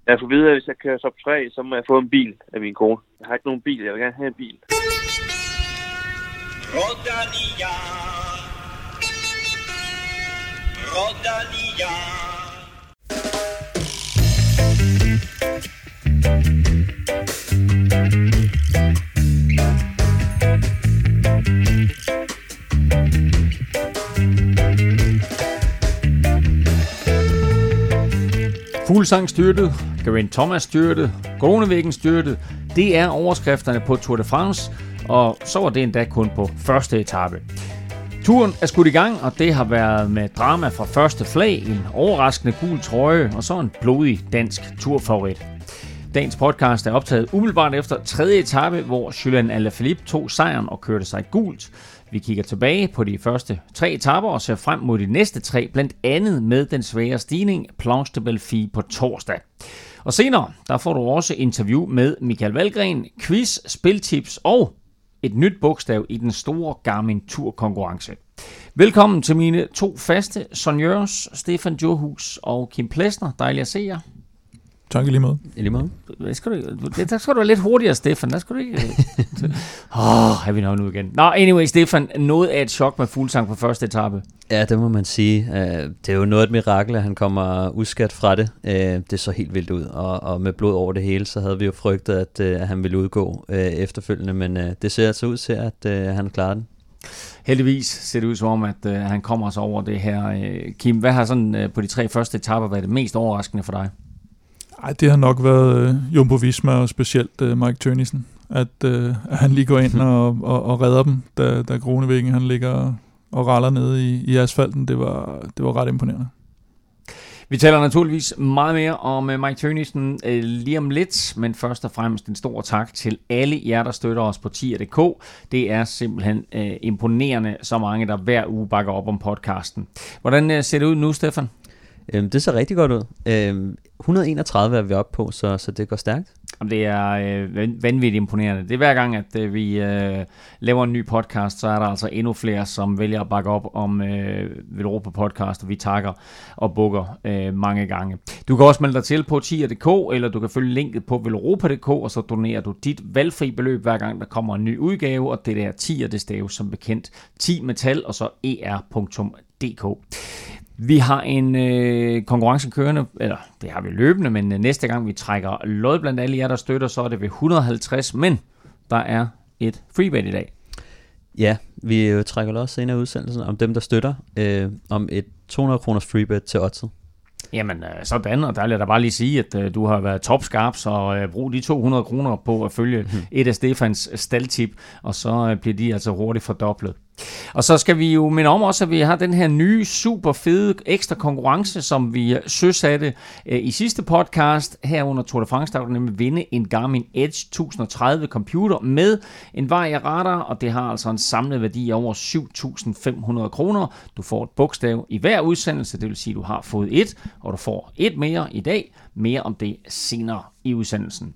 Jeg får videre, at hvis jeg kører top 3, så må jeg få en bil af min kone. Jeg har ikke nogen bil, jeg vil gerne have en bil. Rodania. Rodania. Fuglsang styrtet, Geraint Thomas styrtet, Groenewegen styrtet. Det er overskrifterne på Tour de France, og så var det endda kun på første etape. Turen er skudt i gang, og det har været med drama fra første flag, en overraskende gul trøje og så en blodig dansk turfavorit. Dagens podcast er optaget umiddelbart efter tredje etape, hvor Julian Alaphilippe tog sejren og kørte sig gult. Vi kigger tilbage på de første 3 etaper og ser frem mod de næste 3, blandt andet med den svære stigning Planche de Belfi på torsdag. Og senere, der får du også interview med Michael Valgren, quiz, spiltips og et nyt bogstav i den store Garmin Tour-konkurrence. Velkommen til mine 2 faste sonjørs, Stefan Djurhus og Kim Plesner. Dejligt at se jer. Tak i lige måde. I lige måde. Der skal du være lidt hurtigere, Stefan. Der skal du ikke... er vi nok nu igen. Nå, anyway, Stefan, noget af et chok med Fuglsang på første etape. Ja, det må man sige. Det er jo noget af et mirakel, at han kommer uskadt fra det. Det så helt vildt ud, og med blod over det hele, så havde vi jo frygtet, at han ville udgå efterfølgende, men det ser altså ud til, at han klarer den. Heldigvis ser det ud som om, at han kommer så over det her. Kim, hvad har sådan på de 3 første etaper været det mest overraskende for dig? Ej, det har nok været Jumbo Visma og specielt Mike Tønnesen, at han lige går ind og redder dem, da Groenewegen han ligger og raller nede i asfalten. Det var ret imponerende. Vi taler naturligvis meget mere om Mike Tønnesen lige om lidt, men først og fremmest en stor tak til alle jer, der støtter os på tier.dk. Det er simpelthen imponerende, så mange, der hver uge bakker op om podcasten. Hvordan ser det ud nu, Stefan? Det ser rigtig godt ud. 131 er vi oppe på, så det går stærkt. Det er vanvittigt imponerende. Det er hver gang, at vi laver en ny podcast, så er der altså endnu flere, som vælger at bakke op om Velropa podcast, og vi takker og bukker mange gange. Du kan også melde dig til på tier.dk, eller du kan følge linket på velropa.dk, og så donerer du dit valgfri beløb, hver gang der kommer en ny udgave, og det der tier, det staves som bekendt 10 med tal, og så er.dk. Vi har en konkurrence kørende, eller det har vi løbende, men næste gang vi trækker lod blandt alle jer, der støtter, så er det ved 150, men der er et freebet i dag. Ja, vi trækker lod senere af udsendelsen om dem, der støtter, om et 200 kroners freebet til Otto. Jamen sådan, og der vil jeg da bare lige sige, at du har været topskarp, så brug de 200 kroner på at følge et af Stefans staldtip, og så bliver de altså hurtigt fordoblet. Og så skal vi jo minde om også, at vi har den her nye super fede ekstra konkurrence, som vi søsatte i sidste podcast her under Tour de France, der kan nemlig vinde en Garmin Edge 1030 computer med en varieradar, og det har altså en samlet værdi af over 7.500 kroner. Du får et bogstav i hver udsendelse, det vil sige, at du har fået et, og du får et mere i dag. Mere om det senere i udsendelsen.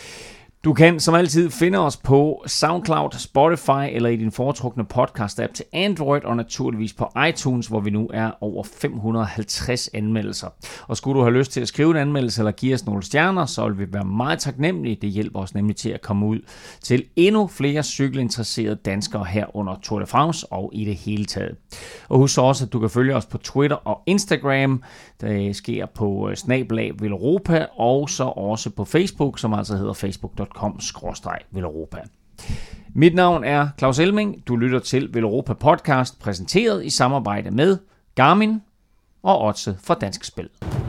Du kan som altid finde os på SoundCloud, Spotify eller i din foretrukne podcast-app til Android og naturligvis på iTunes, hvor vi nu er over 550 anmeldelser. Og skulle du have lyst til at skrive en anmeldelse eller give os nogle stjerner, så vil vi være meget taknemmelige. Det hjælper os nemlig til at komme ud til endnu flere cykelinteresserede danskere her under Tour de France og i det hele taget. Og husk også, at du kan følge os på Twitter og Instagram. Det sker på @Velropa og så også på Facebook, som altså hedder facebook.com/Velropa. Mit navn er Claus Elming. Du lytter til Velropa Podcast, præsenteret i samarbejde med Garmin og Odset fra Dansk Spil.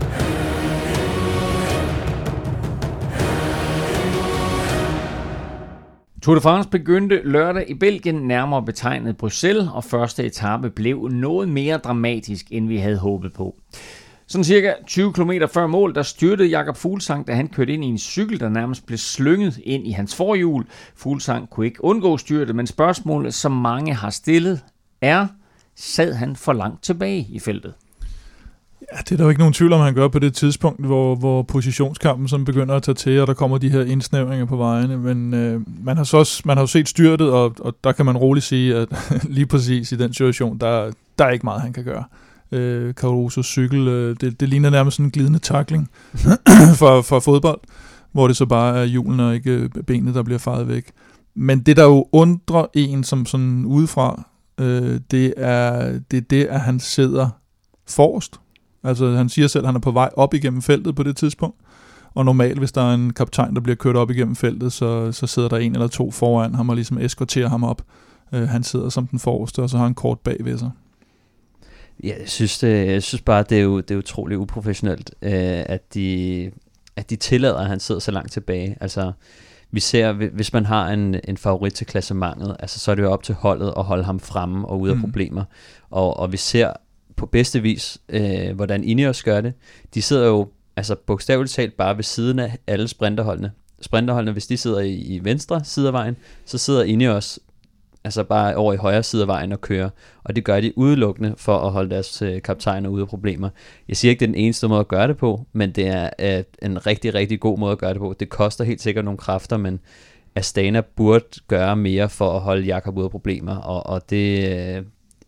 Tour de France begyndte lørdag i Belgien, nærmere betegnet Bruxelles, og første etape blev noget mere dramatisk, end vi havde håbet på. Sådan cirka 20 km før mål, der styrtede Jakob Fuglsang, da han kørte ind i en cykel, der nærmest blev slynget ind i hans forhjul. Fuglsang kunne ikke undgå styrtet, men spørgsmålet, som mange har stillet, er, sad han for langt tilbage i feltet? Ja, det er der jo ikke nogen tvivl om, han gør på det tidspunkt, hvor positionskampen sådan begynder at tage til, og der kommer de her indsnævringer på vejene. Men man har jo set styrtet, og der kan man roligt sige, at lige præcis i den situation, der er ikke meget, han kan gøre. Carusos cykel. Det ligner nærmest sådan en glidende tackling for fodbold, hvor det så bare er hjulen og ikke benet, der bliver faret væk. Men det, der jo undrer en som sådan udefra, det er det, at han sidder forrest. Altså han siger selv, at han er på vej op igennem feltet på det tidspunkt. Og normalt, hvis der er en kaptajn, der bliver kørt op igennem feltet, så sidder der en eller to foran ham og ligesom eskorterer ham op. Han sidder som den forreste, og så har han kort bag ved sig. Ja, jeg synes bare, det er utroligt uprofessionelt, at de tillader, at han sidder så langt tilbage. Altså, vi ser, hvis man har en favorit til klassementet, altså, så er det jo op til holdet at holde ham fremme og ude af problemer. Og vi ser på bedste vis, hvordan Ineos gør det. De sidder jo altså bogstaveligt talt bare ved siden af alle sprinterholdene. Sprinterholdene, hvis de sidder i venstre side af vejen, så sidder Ineos altså bare over i højre side af vejen og kører. Og det gør de udelukkende for at holde deres kaptajner ude af problemer. Jeg siger ikke, det er den eneste måde at gøre det på, men det er en rigtig, rigtig god måde at gøre det på. Det koster helt sikkert nogle kræfter, men Astana burde gøre mere for at holde Jakob ude af problemer, og det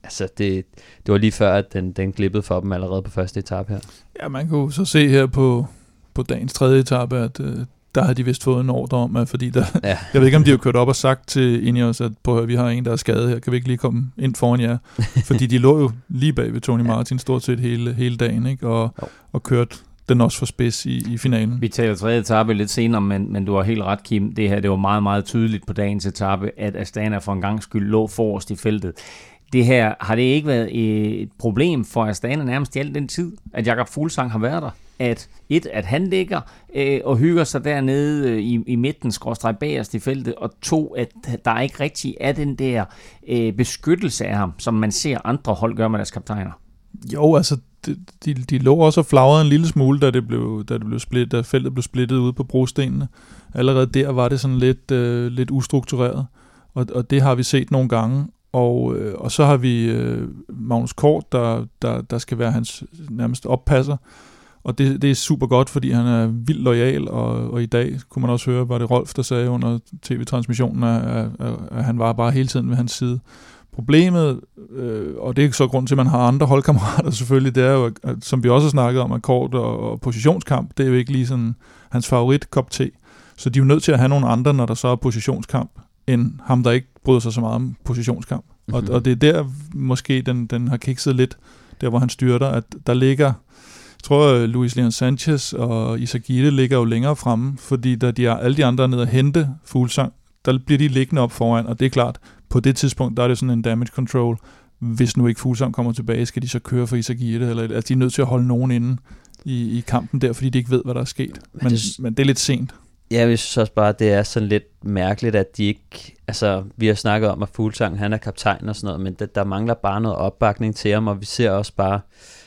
var lige før, at den glippede for dem allerede på første etape her. Ja, man kunne så se her på dagens tredje etape, at der havde de vist fået en ordre om, at fordi jeg ved ikke, om de har kørt op og sagt til Ineos, at vi har en, der er skadet her, kan vi ikke lige komme ind foran jer? Fordi de lå jo lige bag ved Tony Martin stort set hele dagen, ikke? Og kørte den også for spids i finalen. Vi taler tredje etape lidt senere, men du har helt ret, Kim. Det var meget, meget tydeligt på dagens etape, at Astana for en gang skyld lå forrest i feltet. Det her, har det ikke været et problem for Astana nærmest i al den tid, at Jakob Fuglsang har været der? At han ligger og hygger sig dernede i midten, skråstreg bagerst i feltet, og 2, at der ikke rigtig er den der beskyttelse af ham, som man ser andre hold gøre med deres kaptajner. Jo, altså, de lå også og flagrede en lille smule, da feltet blev splittet ude på brostenene. Allerede der var det sådan lidt ustruktureret, og det har vi set nogle gange. Og så har vi Magnus Kort, der skal være hans nærmest oppasser. Og det er super godt, fordi han er vildt loyal, og i dag kunne man også høre, var det Rolf, der sagde under tv-transmissionen, at han var bare hele tiden ved hans side. Problemet, og det er så grund til, at man har andre holdkammerater selvfølgelig, det er jo, at, som vi også har snakket om, at Kort og positionskamp, det er jo ikke lige sådan hans favorit kop te. Så de er jo nødt til at have nogle andre, når der så er positionskamp, end ham, der ikke bryder sig så meget om positionskamp. Mm-hmm. Og det er der, måske den har kikset lidt, der hvor han styrter, at der ligger, jeg tror, Luis Leon Sanchez og Izagirre ligger jo længere fremme, fordi da alle de andre er nede at hente Fuglsang, der bliver de liggende op foran, og det er klart, på det tidspunkt, der er det sådan en damage control. Hvis nu ikke Fuglsang kommer tilbage, skal de så køre for Izagirre, eller altså, de er nødt til at holde nogen inde i kampen der, fordi de ikke ved, hvad der er sket. Men det er lidt sent. Ja, jeg synes også bare, det er sådan lidt mærkeligt, at de ikke, altså vi har snakket om, at Fuglsang, han er kaptajn og sådan noget, men der mangler bare noget opbakning til ham, og vi ser også bare,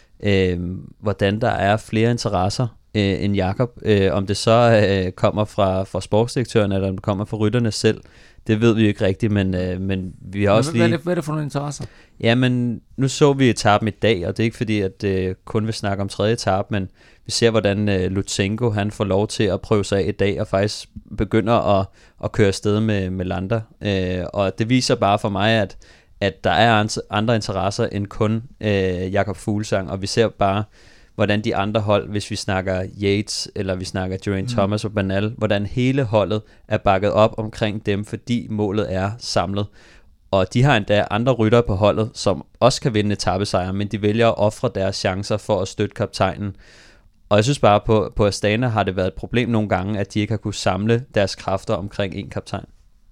hvordan der er flere interesser end Jakob. Om det så kommer fra sportsdirektøren, eller om det kommer fra rytterne selv, det ved vi ikke rigtigt, men vi har også lige... Hvad er det for nogle interesser? Jamen, nu så vi etappen i dag, og det er ikke fordi, at kun vil snakke om tredje etape, men vi ser, hvordan Lutsenko, han får lov til at prøve sig af i dag, og faktisk begynder at køre afsted med Landa. Og det viser bare for mig, at der er andre interesser end kun Jakob Fuglsang, og vi ser bare, hvordan de andre hold, hvis vi snakker Yates, eller vi snakker Geraint Thomas og Bernal, hvordan hele holdet er bakket op omkring dem, fordi målet er samlet. Og de har endda andre ryttere på holdet, som også kan vinde etapesejre, men de vælger at ofre deres chancer for at støtte kaptajnen. Og jeg synes bare, på Astana har det været et problem nogle gange, at de ikke har kunne samle deres kræfter omkring en kaptajn.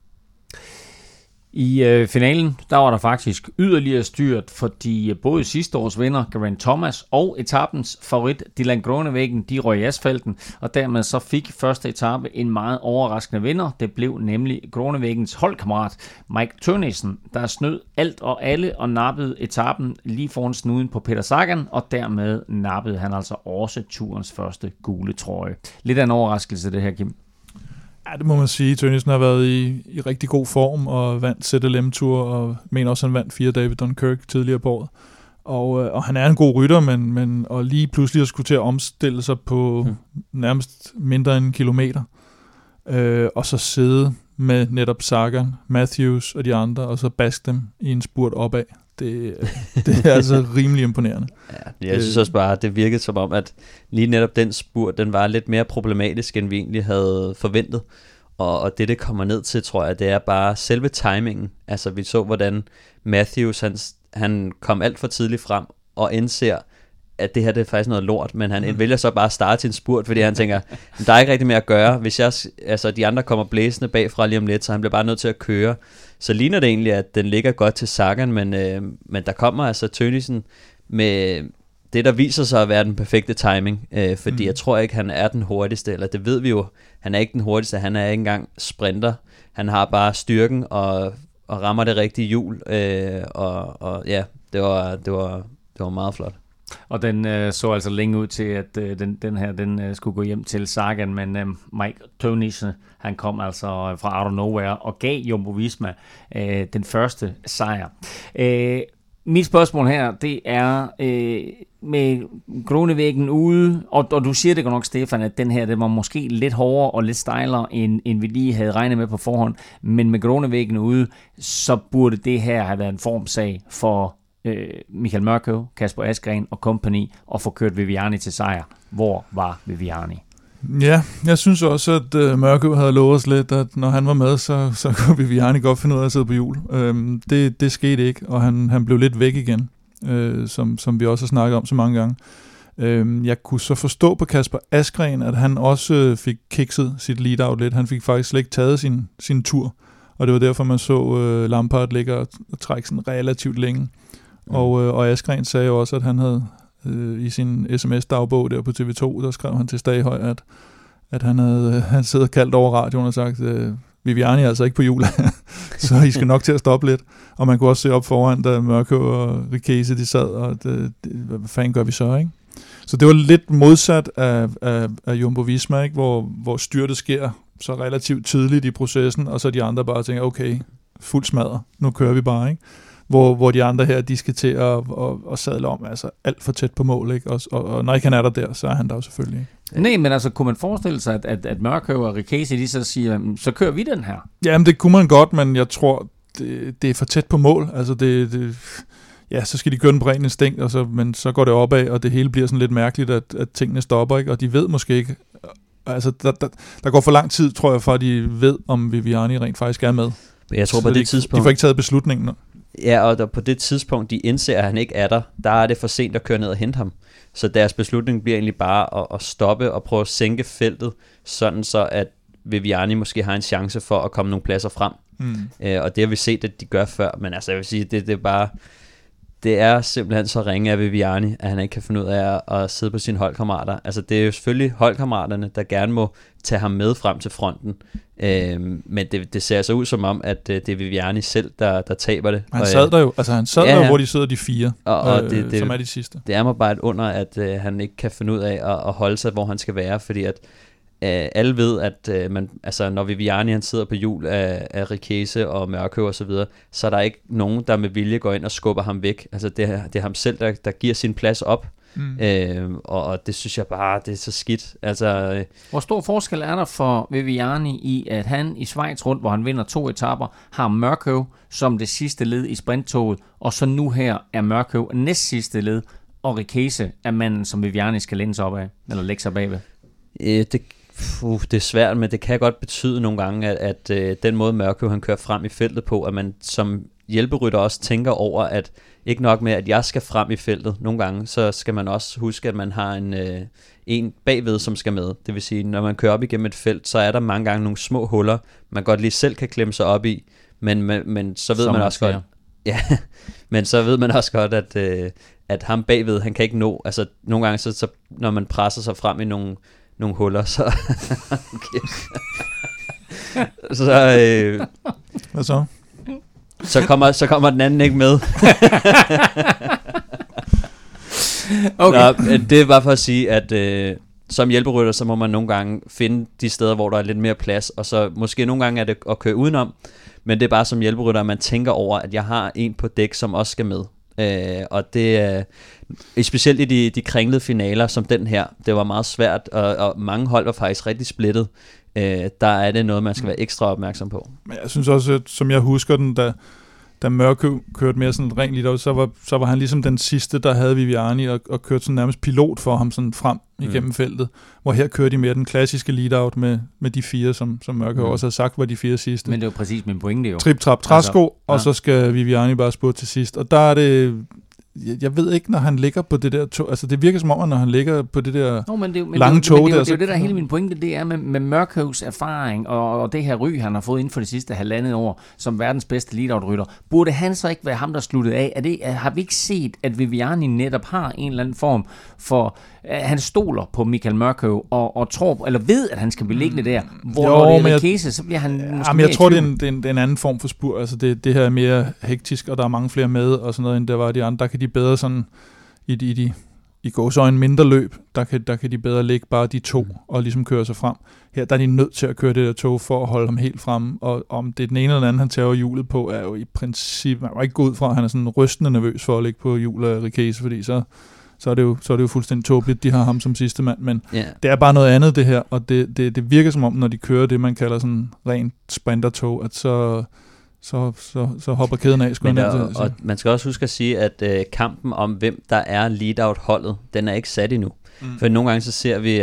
I finalen, der var der faktisk yderligere styrt, fordi både sidste års vinder, Geraint Thomas, og etapens favorit, Dylan Groenewegen, de røg i asfalten, og dermed så fik første etape en meget overraskende vinder. Det blev nemlig Groenewegens holdkammerat, Mike Teunissen, der snød alt og alle og nappede etapen lige foran snuden på Peter Sagan, og dermed nappede han altså også turens første gule trøje. Lidt af en overraskelse det her, Kim. Ja, det må man sige. Teunissen har været i rigtig god form og vandt ZLM-tur, og mener også, han vandt 4 dage ved Dunkirk tidligere på året. Og han er en god rytter, men og lige pludselig at skulle til at omstille sig på nærmest mindre end en kilometer, og så sidde med netop Sagan, Matthews og de andre, og så baske dem i en spurt opad. Det er altså rimelig imponerende. Ja, jeg synes også bare, at det virkede som om, at lige netop den spurt, den var lidt mere problematisk, end vi egentlig havde forventet. Og det kommer ned til, tror jeg, det er bare selve timingen. Altså, vi så, hvordan Matthews, han kom alt for tidligt frem, og indser, at det her det er faktisk noget lort, men han vælger så bare at starte sin spurt, fordi han tænker, der er ikke rigtig mere at gøre, hvis de andre kommer blæsende bagfra lige om lidt, så han bliver bare nødt til at køre. Så ligner det egentlig, at den ligger godt til Sagan, men der kommer altså Tønnesen med det, der viser sig at være den perfekte timing, fordi jeg tror ikke, han er den hurtigste, eller det ved vi jo, han er ikke den hurtigste, han er ikke engang sprinter, han har bare styrken og rammer det rigtige hjul, og ja, det var meget flot. Og den så altså længe ud til, at den her skulle gå hjem til Sagan, men Mike Tønnesen, han kom altså fra out of nowhere og gav Jumbo Visma den første sejr. Mit spørgsmål her, det er med Groenewegen ude, og du siger det godt nok, Stefan, at den her, det var måske lidt hårdere og lidt stejlere, end vi lige havde regnet med på forhånd, men med Groenewegen ude, så burde det her have været en formsag for Michael Mørkøv, Kasper Asgreen og company og få kørt Viviani til sejr. Hvor var Viviani? Ja, jeg synes også, at Mørkøv havde lovet os lidt, at når han var med, så kunne Viviani godt finde ud af at sidde på hjul. Det skete ikke, og han blev lidt væk igen, som vi også har snakket om så mange gange. Jeg kunne så forstå på Kasper Asgreen, at han også fik kikset sit lead-out lidt. Han fik faktisk slet ikke taget sin tur, og det var derfor, man så Lampard ligge og trække sådan relativt længe. Og Asgreen sagde jo også, at han havde i sin sms-dagbog der på TV2, der skrev han til Staghøj, at han sidder og kaldt over radioen og sagt, Viviani er altså ikke på hjul, så I skal nok til at stoppe lidt. Og man kunne også se op foran, da Mørkøv og Riquese, de sad, og hvad fanden gør vi så, ikke? Så det var lidt modsat af Jumbo Visma, ikke? Hvor styrtet sker så relativt tidligt i processen, og så de andre bare tænker, okay, fuld smadre, nu kører vi bare, ikke? Hvor de andre her, de skal til at sadle om, altså alt for tæt på mål, ikke? Og når ikke han er der, så er han der jo selvfølgelig ikke. Nej, men altså, kunne man forestille sig, at Mørkøv og Riquese, de så siger, så kører vi den her? Jamen, det kunne man godt, men jeg tror, det er for tæt på mål. Altså, ja, så skal de køre den på ren instinkt, men så går det opad, og det hele bliver sådan lidt mærkeligt, at tingene stopper, ikke? Og de ved måske ikke, altså, der går for lang tid, tror jeg, for at de ved, om Viviani rent faktisk er med. Jeg tror på det tidspunkt... De får ikke taget beslutningen. Ja, og på det tidspunkt, de indser, at han ikke er der er det for sent at køre ned og hente ham. Så deres beslutning bliver egentlig bare at stoppe og prøve at sænke feltet, sådan så at Viviani måske har en chance for at komme nogle pladser frem. Og det har vi set, at de gør før, men altså jeg vil sige, det er bare... Det er simpelthen så ringe af Viviani, at han ikke kan finde ud af at sidde på sine holdkammerater. Altså det er jo selvfølgelig holdkammeraterne, der gerne må tage ham med frem til fronten. Men det ser så ud som om, at det er Viviani selv, der taber det. Han sad der jo, der, hvor de sidder de fire, som er de sidste. Det er mig bare et under, at han ikke kan finde ud af at holde sig, hvor han skal være, fordi at alle ved, at når Viviani han sidder på hjul af Riquese og Mørkøv og så videre, så er der ikke nogen, der med vilje går ind og skubber ham væk. Altså det er ham selv, der giver sin plads op. Og det synes jeg bare, det er så skidt. Altså, hvor stor forskel er der for Viviani i, at han i Schweiz rundt, hvor han vinder 2 etaper, har Mørkøv som det sidste led i sprinttoget, og så nu her er Mørkøv næst sidste led, og Riquese er manden, som Viviani skal læne sig op af, eller lægge sig bagved? Det er svært, men det kan godt betyde nogle gange, at den måde Mørkøv han kører frem i feltet på, at man som hjælperytter også tænker over, at ikke nok med, at jeg skal frem i feltet. Nogle gange, så skal man også huske, at man har en bagved, som skal med. Det vil sige, når man kører op igennem et felt, så er der mange gange nogle små huller, man godt lige selv kan klemme sig op i, men så ved man også godt... Ja, men så ved man også godt, at ham bagved, han kan ikke nå. Altså nogle gange, så når man presser sig frem i nogle huller, så... Hvad så? Så kommer den anden ikke med. Okay. Nå, det er bare for at sige, at som hjælperytter, så må man nogle gange finde de steder, hvor der er lidt mere plads, og så måske nogle gange er det at køre udenom, men det er bare som hjælperytter, at man tænker over, at jeg har en på dæk, som også skal med. Og det er specielt i de kringlede finaler som den her, det var meget svært, og mange hold var faktisk rigtig splittet. Der er det noget, man skal være ekstra opmærksom på. Men jeg synes også, at, som jeg husker den, da Mørkøv kørte mere sådan rent lidt, så var han ligesom den sidste, der havde Viviani og kørte sådan nærmest pilot for ham sådan frem igennem feltet, hvor her kørte de mere den klassiske lead-out med de 4, som Mørkøv også havde sagt, var de 4 sidste. Men det er jo præcis min pointe jo. Trip, trap, træsko, og så skal Viviani bare spurte til sidst. Og der er det... Jeg ved ikke, når han ligger på det der tog, altså det virker som om, at når han ligger på det der lange tog der... Det er jo det, der hele min pointe, det er med Mørkøvs erfaring, og det her ry, han har fået inden for det sidste 1,5 år, som verdens bedste lead-out-rytter. Burde han så ikke være ham, der sluttede af? Har vi ikke set, at Viviani netop har en eller anden form for... Han stoler på Michael Mørkøv, og tror, eller ved, at han skal blive liggende der, hvor det er Riquese, så bliver han måske men jeg tror, det er en anden form for spur. Altså det her er mere hektisk, og der er mange flere med, og sådan noget, end der var de andre. Der kan de bedre sådan, i gåseøjne mindre løb, der kan de bedre lægge bare de 2, og ligesom køre sig frem. Her der er de nødt til at køre det der tog, for at holde ham helt frem, og om det er den ene eller den anden, han tager hjulet på, er jo i princippet, man må ikke gå ud fra, at han er sådan rystende nervøs for at ligge på hjulet af Riquese, fordi så er det jo fuldstændig tåbeligt, de har ham som sidste mand, men det er bare noget andet det her, og det virker som om, når de kører det, man kalder sådan rent sprintertog, at så hopper kæden af. Og man skal også huske at sige, at kampen om, hvem der er lead-out-holdet, den er ikke sat endnu. For nogle gange så ser vi,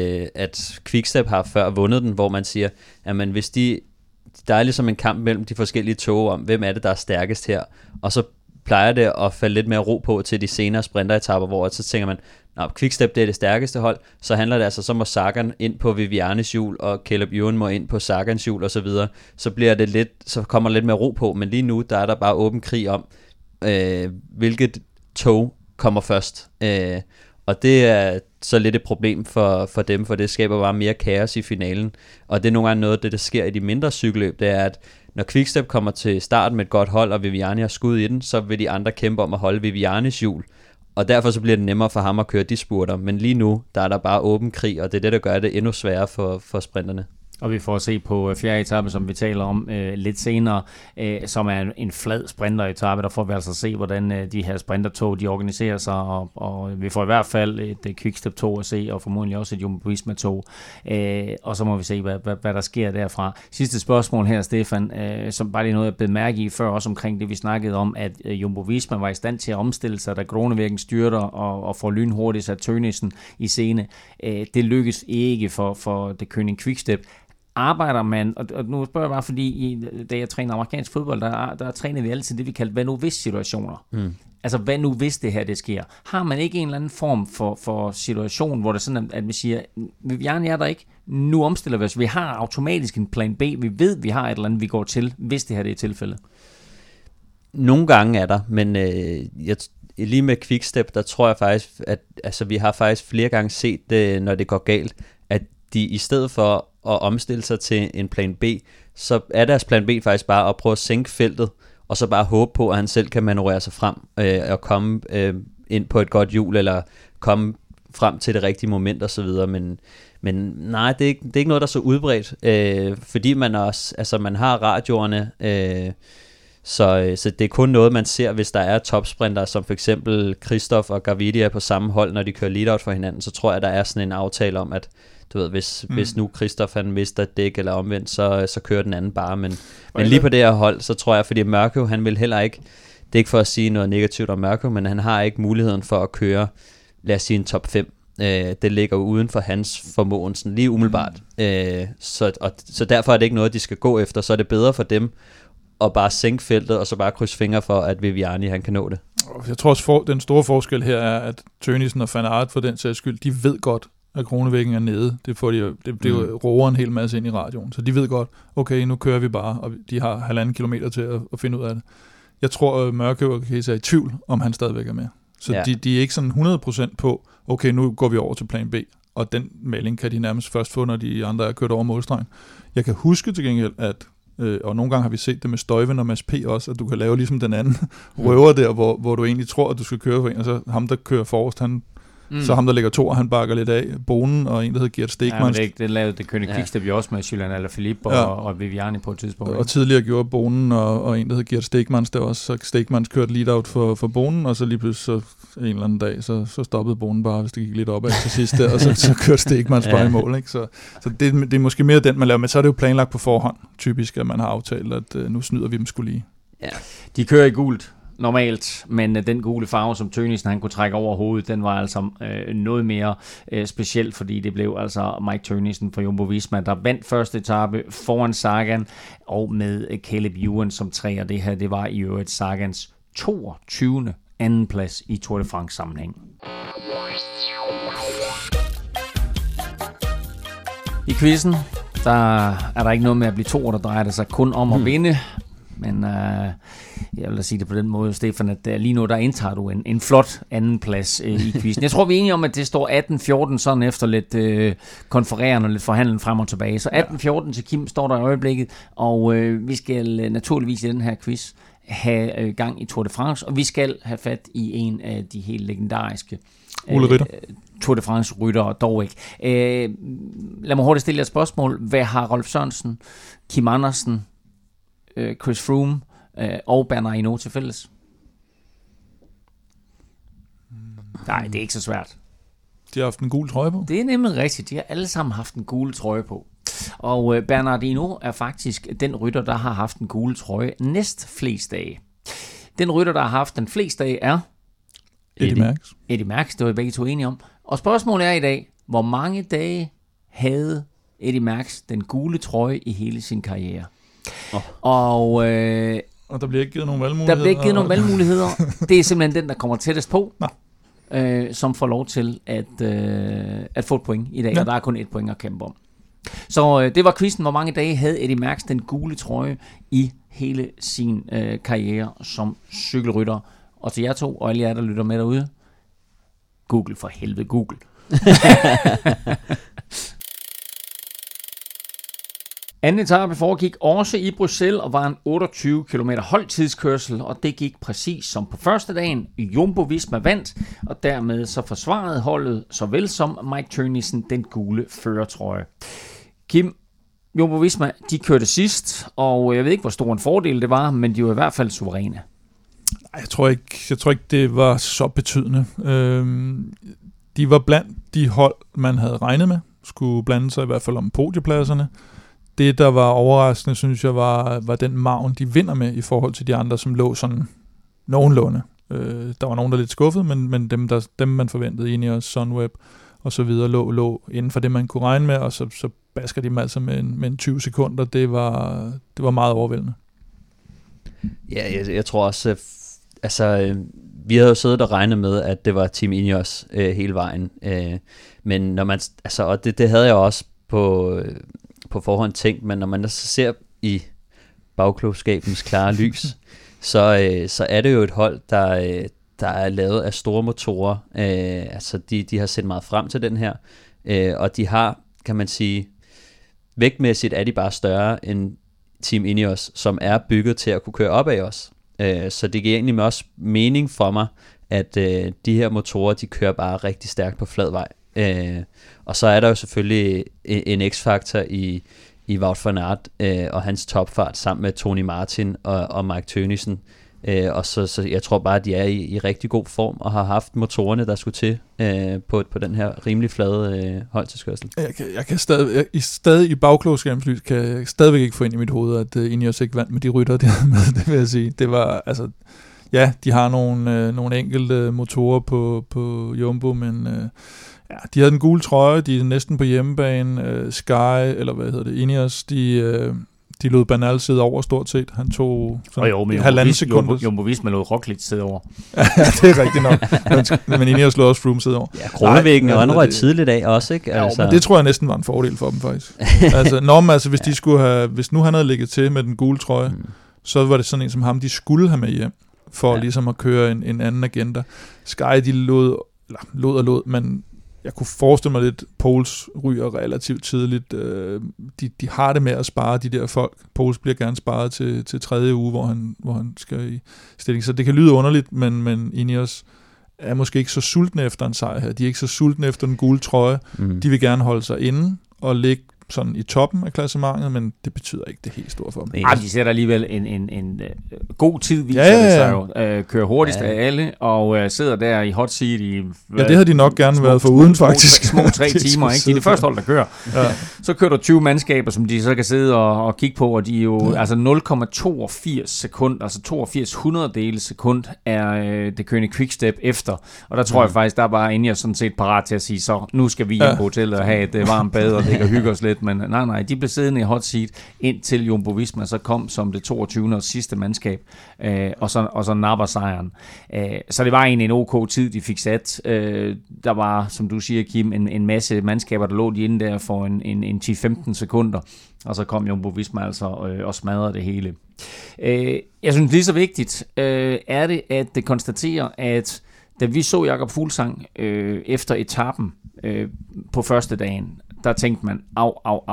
at Quickstep har før vundet den, hvor man siger, at hvis der er ligesom en kamp mellem de forskellige tog om, hvem er det, der er stærkest her, og så plejer det at falde lidt mere ro på til de senere sprinteretapper, hvor så tænker man, Quickstep det er det stærkeste hold, så handler det altså, så må Sagan ind på Vivianis hjul, og Caleb Ewan må ind på Sagans hjul og så videre, så bliver det lidt, så kommer lidt mere ro på, men lige nu, der er der bare åben krig om, hvilket tog kommer først, og det er så lidt et problem for dem, for det skaber bare mere kaos i finalen, og det er nogle gange noget, det der sker i de mindre cykelløb, det er, at når Quickstep kommer til start med et godt hold, og Viviani har skud i den, så vil de andre kæmpe om at holde Vivianis hjul, og derfor så bliver det nemmere for ham at køre de spurter, men lige nu, der er der bare åben krig, og det er det, der gør det endnu sværere for sprinterne. Og vi får at se på fjerde etape, som vi taler om lidt senere, som er en flad sprinteretape. Der får vi altså se, hvordan de her sprintertog, de organiserer sig, og vi får i hvert fald et Quickstep-tog at se, og formodentlig også et Jumbo-Visma-tog. Og så må vi se, hvad der sker derfra. Sidste spørgsmål her, Stefan, som bare lige noget, jeg blev mærke i før, også omkring det, vi snakkede om, at Jumbo-Visma var i stand til at omstille sig, da Groenewegen styrter og får lynhurtigt sat Tønnesen i scene. Det lykkes ikke for det Koenig Quickstep. Arbejder man, og nu spørger jeg bare, fordi da jeg træner amerikansk fodbold, der træner vi altid det, vi kalder hvad nu hvis situationer. Altså, hvad nu hvis det her, det sker? Har man ikke en eller anden form for situation, hvor det er sådan, at vi siger, Viviani er der ikke, nu omstiller vi os. Vi har automatisk en plan B, vi ved, vi har et eller andet, vi går til, hvis det her det er tilfældet. Nogle gange er der, men lige med Quickstep, der tror jeg faktisk, at altså, vi har faktisk flere gange set det, når det går galt, at de i stedet for at omstille sig til en plan B, så er deres plan B faktisk bare at prøve at sænke feltet, og så bare håbe på, at han selv kan manøvrere sig frem og komme ind på et godt hjul, eller komme frem til det rigtige moment og så videre, men nej, det er ikke noget, der er så udbredt, fordi man også, altså man har radioerne, så det er kun noget, man ser, hvis der er topsprinter, som for eksempel Kristoff og Gaviria på samme hold, når de kører lead-out for hinanden, så tror jeg, der er sådan en aftale om, at du ved, hvis nu Kristoff han mister et dæk eller omvendt, så kører den anden bare, men lige på det her hold, så tror jeg, fordi Mørkøv, han vil heller ikke, det er ikke for at sige noget negativt om Mørkøv, men han har ikke muligheden for at køre, lad os sige en top 5, det ligger uden for hans formåen, sådan lige umiddelbart, så derfor er det ikke noget, de skal gå efter, så er det bedre for dem, og bare sænke feltet, og så bare krydse fingre for, at Viviani han kan nå det. Jeg tror også, den store forskel her er, at Tønnesen og Van Aert for den sags skyld, de ved godt, at Groenewegen er nede. Det får de det roer en hel masse ind i radioen. Så de ved godt, okay, nu kører vi bare, og de har 1,5 kilometer til at finde ud af det. Jeg tror, at Mørkøv og Riquese er i tvivl, om han stadigvæk er med. Så de er ikke sådan 100% på, okay, nu går vi over til plan B, og den melding kan de nærmest først få, når de andre er kørt over målstregen. Jeg kan huske til gengæld, at og nogle gange har vi set det med Stuyven og Mads P. også, at du kan lave ligesom den anden røver der, hvor du egentlig tror, at du skal køre for en, og så ham, der kører forrest, Så ham, der ligger 2, han bakker lidt af. Bonen og en, der hedder Gert Stegmann. Ja, det lavede det König Quickstep jo også med Julian Alaphilippe og Viviani på et tidspunkt. Og tidligere gjorde Bonen og en, der hedder Gert Stegmann, der også. Så Stegmann kørte lead-out for Bonen, og så lige pludselig en eller anden dag, så stoppede Bonen bare, hvis det gik lidt opad til sidst der, og så kørte Stegmann bare i mål. Ikke? Så det er måske mere den, man laver, men så er det jo planlagt på forhånd, typisk, at man har aftalt, at nu snyder vi dem skulle lige. Ja. De kører i gult normalt, men den gule farve, som Tønnesen han kunne trække over hovedet, den var altså noget mere speciel, fordi det blev altså Mike Tønnesen fra Jumbo Visma, der vandt første etape foran Sagan, og med Caleb Ewan som træer. Det her, det var i øvrigt Sagans 22. anden plads i Tour de France sammenhæng. I quizzen, der er der ikke noget med at blive to, der drejer det sig kun om at vinde. Men jeg vil da sige det på den måde, Stefan, at lige nu, der indtager du en flot anden plads i quizzen. Jeg tror, vi er enige om, at det står 18-14 sådan efter lidt konfererende og lidt forhandling frem og tilbage. Så 18-14 til Kim står der i øjeblikket, og vi skal naturligvis i den her quiz have gang i Tour de France, og vi skal have fat i en af de helt legendariske Tour de France-ryttere, dog ikke. Lad mig hurtigt stille jer et spørgsmål. Hvad har Rolf Sørensen, Kim Andersen, Chris Froome og Bernard Hinault til fælles? Nej, det er ikke så svært. De har haft en gul trøje på. Det er nemlig rigtigt. De har alle sammen haft en gul trøje på. Og Bernard Hinault er faktisk den rytter, der har haft en gul trøje næst flest dage. Den rytter, der har haft den flest dage, er Eddy Merckx. Det var I begge to enige om. Og spørgsmålet er i dag, hvor mange dage havde Eddy Merckx den gule trøje i hele sin karriere? Og der bliver ikke givet nogen valgmuligheder. Der bliver ikke givet nogen valgmuligheder. Det er simpelthen den, der kommer tættest på, som får lov til at få et point i dag. Ja. Og der er kun et point at kæmpe om. Så det var quizzen, hvor mange dage havde Eddy Merckx den gule trøje i hele sin karriere som cykelrytter. Og til jer to, og alle jer, der lytter med derude, Google for helvede, Google. Anden etape foregik også i Bruxelles og var en 28 km holdtidskørsel, og det gik præcis som på første dagen. Jumbo Visma vandt, og dermed så forsvarede holdet såvel som Mike Tønnesen den gule førertrøje. Kim, Jumbo Visma, de kørte sidst, og jeg ved ikke, hvor stor en fordel det var, men de var i hvert fald suveræne. Jeg tror ikke, det var så betydende. De var blandt de hold, man havde regnet med, skulle blande sig i hvert fald om podiepladserne. Det, der var overraskende, synes jeg, var den margen, de vinder med i forhold til de andre, som lå sådan nogenlunde. Der var nogen, der lidt skuffede, men dem man forventede, Ineos, Sunweb og så videre, lå inden for det, man kunne regne med, og så basker de dem altså med en 20 sekunder. Det var meget overvældende. Ja, jeg tror også, vi havde jo siddet og regnet med, at det var Team Ineos hele vejen. Men når man, og det havde jeg også på forhånd tænkt, men når man så ser i bagklogskabens klare lys, så er det jo et hold, der er lavet af store motorer. De har set meget frem til den her, og de har, kan man sige, vægtmæssigt er de bare større end Team Ineos, som er bygget til at kunne køre op af os. Så det giver egentlig også mening for mig, at de her motorer, de kører bare rigtig stærkt på flad vej. Og så er der jo selvfølgelig en x-faktor i Wout van Aert og hans topfart sammen med Tony Martin og Mike Tønnesen. Og så jeg tror bare, at de er i rigtig god form og har haft motorerne, der skulle til på den her rimelig flade holdtidskørsel. Jeg kan stadig i bagklogskabens lys kan jeg stadigvæk ikke få ind i mit hoved, at Ineos ikke vandt med de rytter der med, det vil jeg sige. Det var altså, ja, de har nogle enkelte motorer på Jumbo, men ja, de havde den gule trøje, de er næsten på hjemmebane. Sky, eller hvad hedder det, Ineos, de lod Bernal sidde over stort set. Han tog halvanden sekunder. Jumbo Visma lod Roglic sidde over. Ja, det er rigtigt nok. Men Ineos lod også Froome sidde over. Ja, Kronevæggen og røg tidligt af også, ikke? Altså. Ja, men det tror jeg næsten var en fordel for dem, faktisk. Hvis de skulle have, hvis nu han havde ligget til med den gule trøje, så var det sådan en som ham, de skulle have med hjem, for ligesom at køre en anden agenda. Sky, de lod, men jeg kunne forestille mig lidt, Poels ryger relativt tidligt. De har det med at spare de der folk. Poels bliver gerne sparet til tredje uge, hvor han skal i stilling. Så det kan lyde underligt, men Ineos er måske ikke så sultne efter en sejr her. De er ikke så sultne efter den gule trøje. De vil gerne holde sig inde og ligge sådan i toppen af klassementet, men det betyder ikke det helt store for dem. Ej, de sætter alligevel en god tid, viser det sig jo. Kører hurtigst af alle, og sidder der i hot seat i... Ja, det har de nok gerne været for uden, faktisk. Små 3 timer, ikke? De er det første hold, der kører. Ja. Så kører der 20 mandskaber, som de så kan sidde og kigge på, og de er jo altså 0,82 sekund, altså 82 hundrededele sekund, er det kørende quickstep efter. Og der tror jeg faktisk, der var Ineos sådan set parat til at sige, så nu skal vi hjem på hotellet og have et varmt bad, og ligge og hygge os lidt. Men nej, de blev siddende i hot seat indtil Jumbo Visma så kom som det 22. og sidste mandskab, og så napper sejren. Så det var egentlig en OK tid, de fik sat. Der var, som du siger, Kim, en masse mandskaber, der lå de inde der for en 10-15 sekunder, og så kom Jumbo Visma altså og smadrede det hele. Jeg synes lige så vigtigt er det, at det konstaterer, at da vi så Jakob Fuglsang efter etappen på første dagen, der tænkte man, au.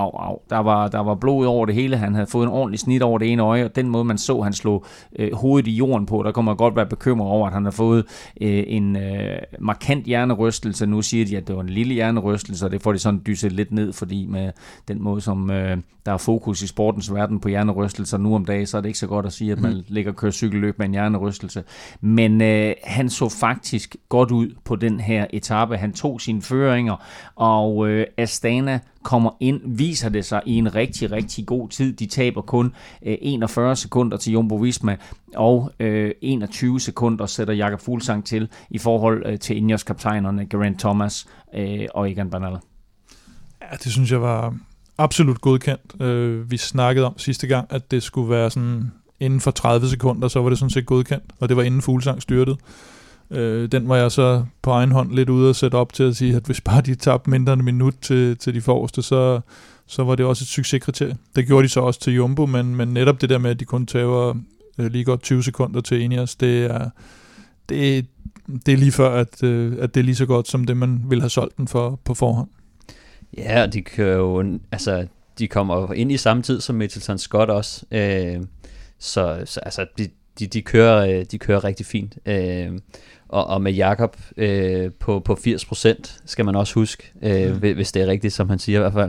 Der var blod over det hele. Han havde fået en ordentlig snit over det ene øje, og den måde, man så, han slog hovedet i jorden på, der kunne man godt være bekymret over, at han har fået en markant hjernerystelse. Nu siger de, at det var en lille hjernerystelse, og det får de sådan dysset lidt ned, fordi med den måde, som der er fokus i sportens verden på hjernerystelser nu om dagen, så er det ikke så godt at sige, at man ligger og kører cykelløb med en hjernerystelse. Men han så faktisk godt ud på den her etape. Han tog sine føringer, og Astana kommer ind, viser det sig i en rigtig, rigtig god tid. De taber kun 41 sekunder til Jumbo Visma, og 21 sekunder sætter Jakob Fuglsang til i forhold til Ineos kaptajnerne Geraint Thomas og Egan Bernal. Ja, det synes jeg var absolut godkendt. Vi snakkede om sidste gang, at det skulle være sådan inden for 30 sekunder, så var det sådan set godkendt, og det var inden Fuglsang styrtede. Den var jeg så på egen hånd lidt ude og sætte op til at sige, at hvis bare de tabte mindre end en minut til de forreste, så var det også et succeskriterie. Det gjorde de så også til Jumbo, men netop det der med, at de kun tager lige godt 20 sekunder til Ineos, det er lige før, at det er lige så godt som det, man ville have solgt den for på forhånd. Ja, og de kører jo, altså, de kommer ind i samme tid som Mitchelton Scott også, så altså, de kører rigtig fint. Og med Jakob på 80%, skal man også huske, hvis det er rigtigt, som han siger i hvert fald.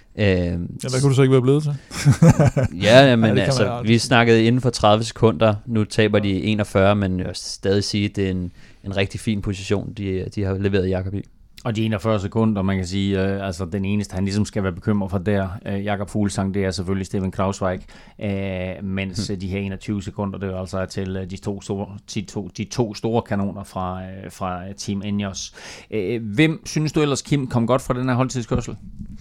Hvad kunne du så ikke være blevet til? ja, men altså, vi snakkede inden for 30 sekunder, nu taber de 41, men jeg vil stadig sige, at det er en rigtig fin position, de har leveret Jakob i. Og de 41 sekunder, man kan sige, altså den eneste, han ligesom skal være bekymret for der, Jakob Fuglsang, det er selvfølgelig Steven Kravsweig, mens de her 21 sekunder, det er altså til de to store kanoner fra Team Ineos. Hvem synes du ellers, Kim, kom godt fra den her holdtidskørsel?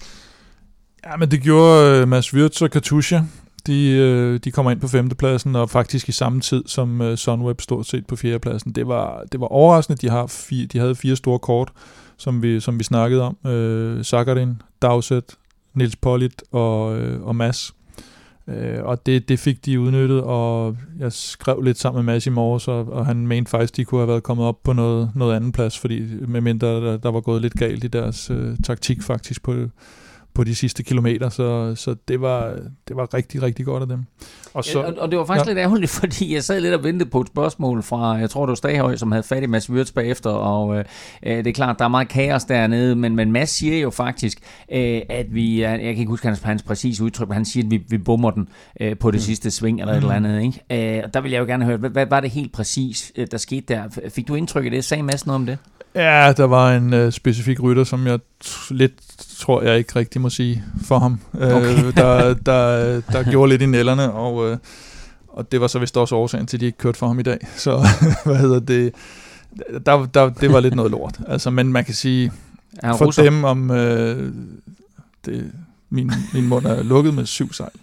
Ja, men det gjorde Mads Wirtz og Katusha. De kommer ind på 5. pladsen, og faktisk i samme tid som Sunweb stort set på 4. pladsen. Det var overraskende. De havde 4 store kort, som vi snakkede om. Sakharin, Dowsett, Nils Politt og Mads. Og det fik de udnyttet, og jeg skrev lidt sammen med Mads i morges, og han mente faktisk, de kunne have været kommet op på noget anden plads, fordi medmindre der var gået lidt galt i deres taktik faktisk på de sidste kilometer, så det var rigtig, rigtig godt af dem. Og det var faktisk lidt ærgerligt, fordi jeg sad lidt og ventede på et spørgsmål fra, jeg tror det var Staghøj, som havde fat i Mads Wirtz bagefter, og det er klart, der er meget kaos dernede, men Mads siger jo faktisk, at jeg kan ikke huske hans præcise udtryk, men han siger, at vi bommer den på det sidste sving, eller et eller andet, ikke? Der vil jeg jo gerne høre, hvad var det helt præcis, der skete der? Fik du indtryk af det? Sagde Mads noget om det? Ja, der var en specifik rytter, som jeg lidt tror jeg ikke rigtig må sige for ham, okay. der gjorde lidt i nælderne, og det var så vist også årsagen til, at de ikke kørte for ham i dag. Så det var lidt noget lort. Altså, men man kan sige, for russer? Dem om min mund er lukket med 7 sejl.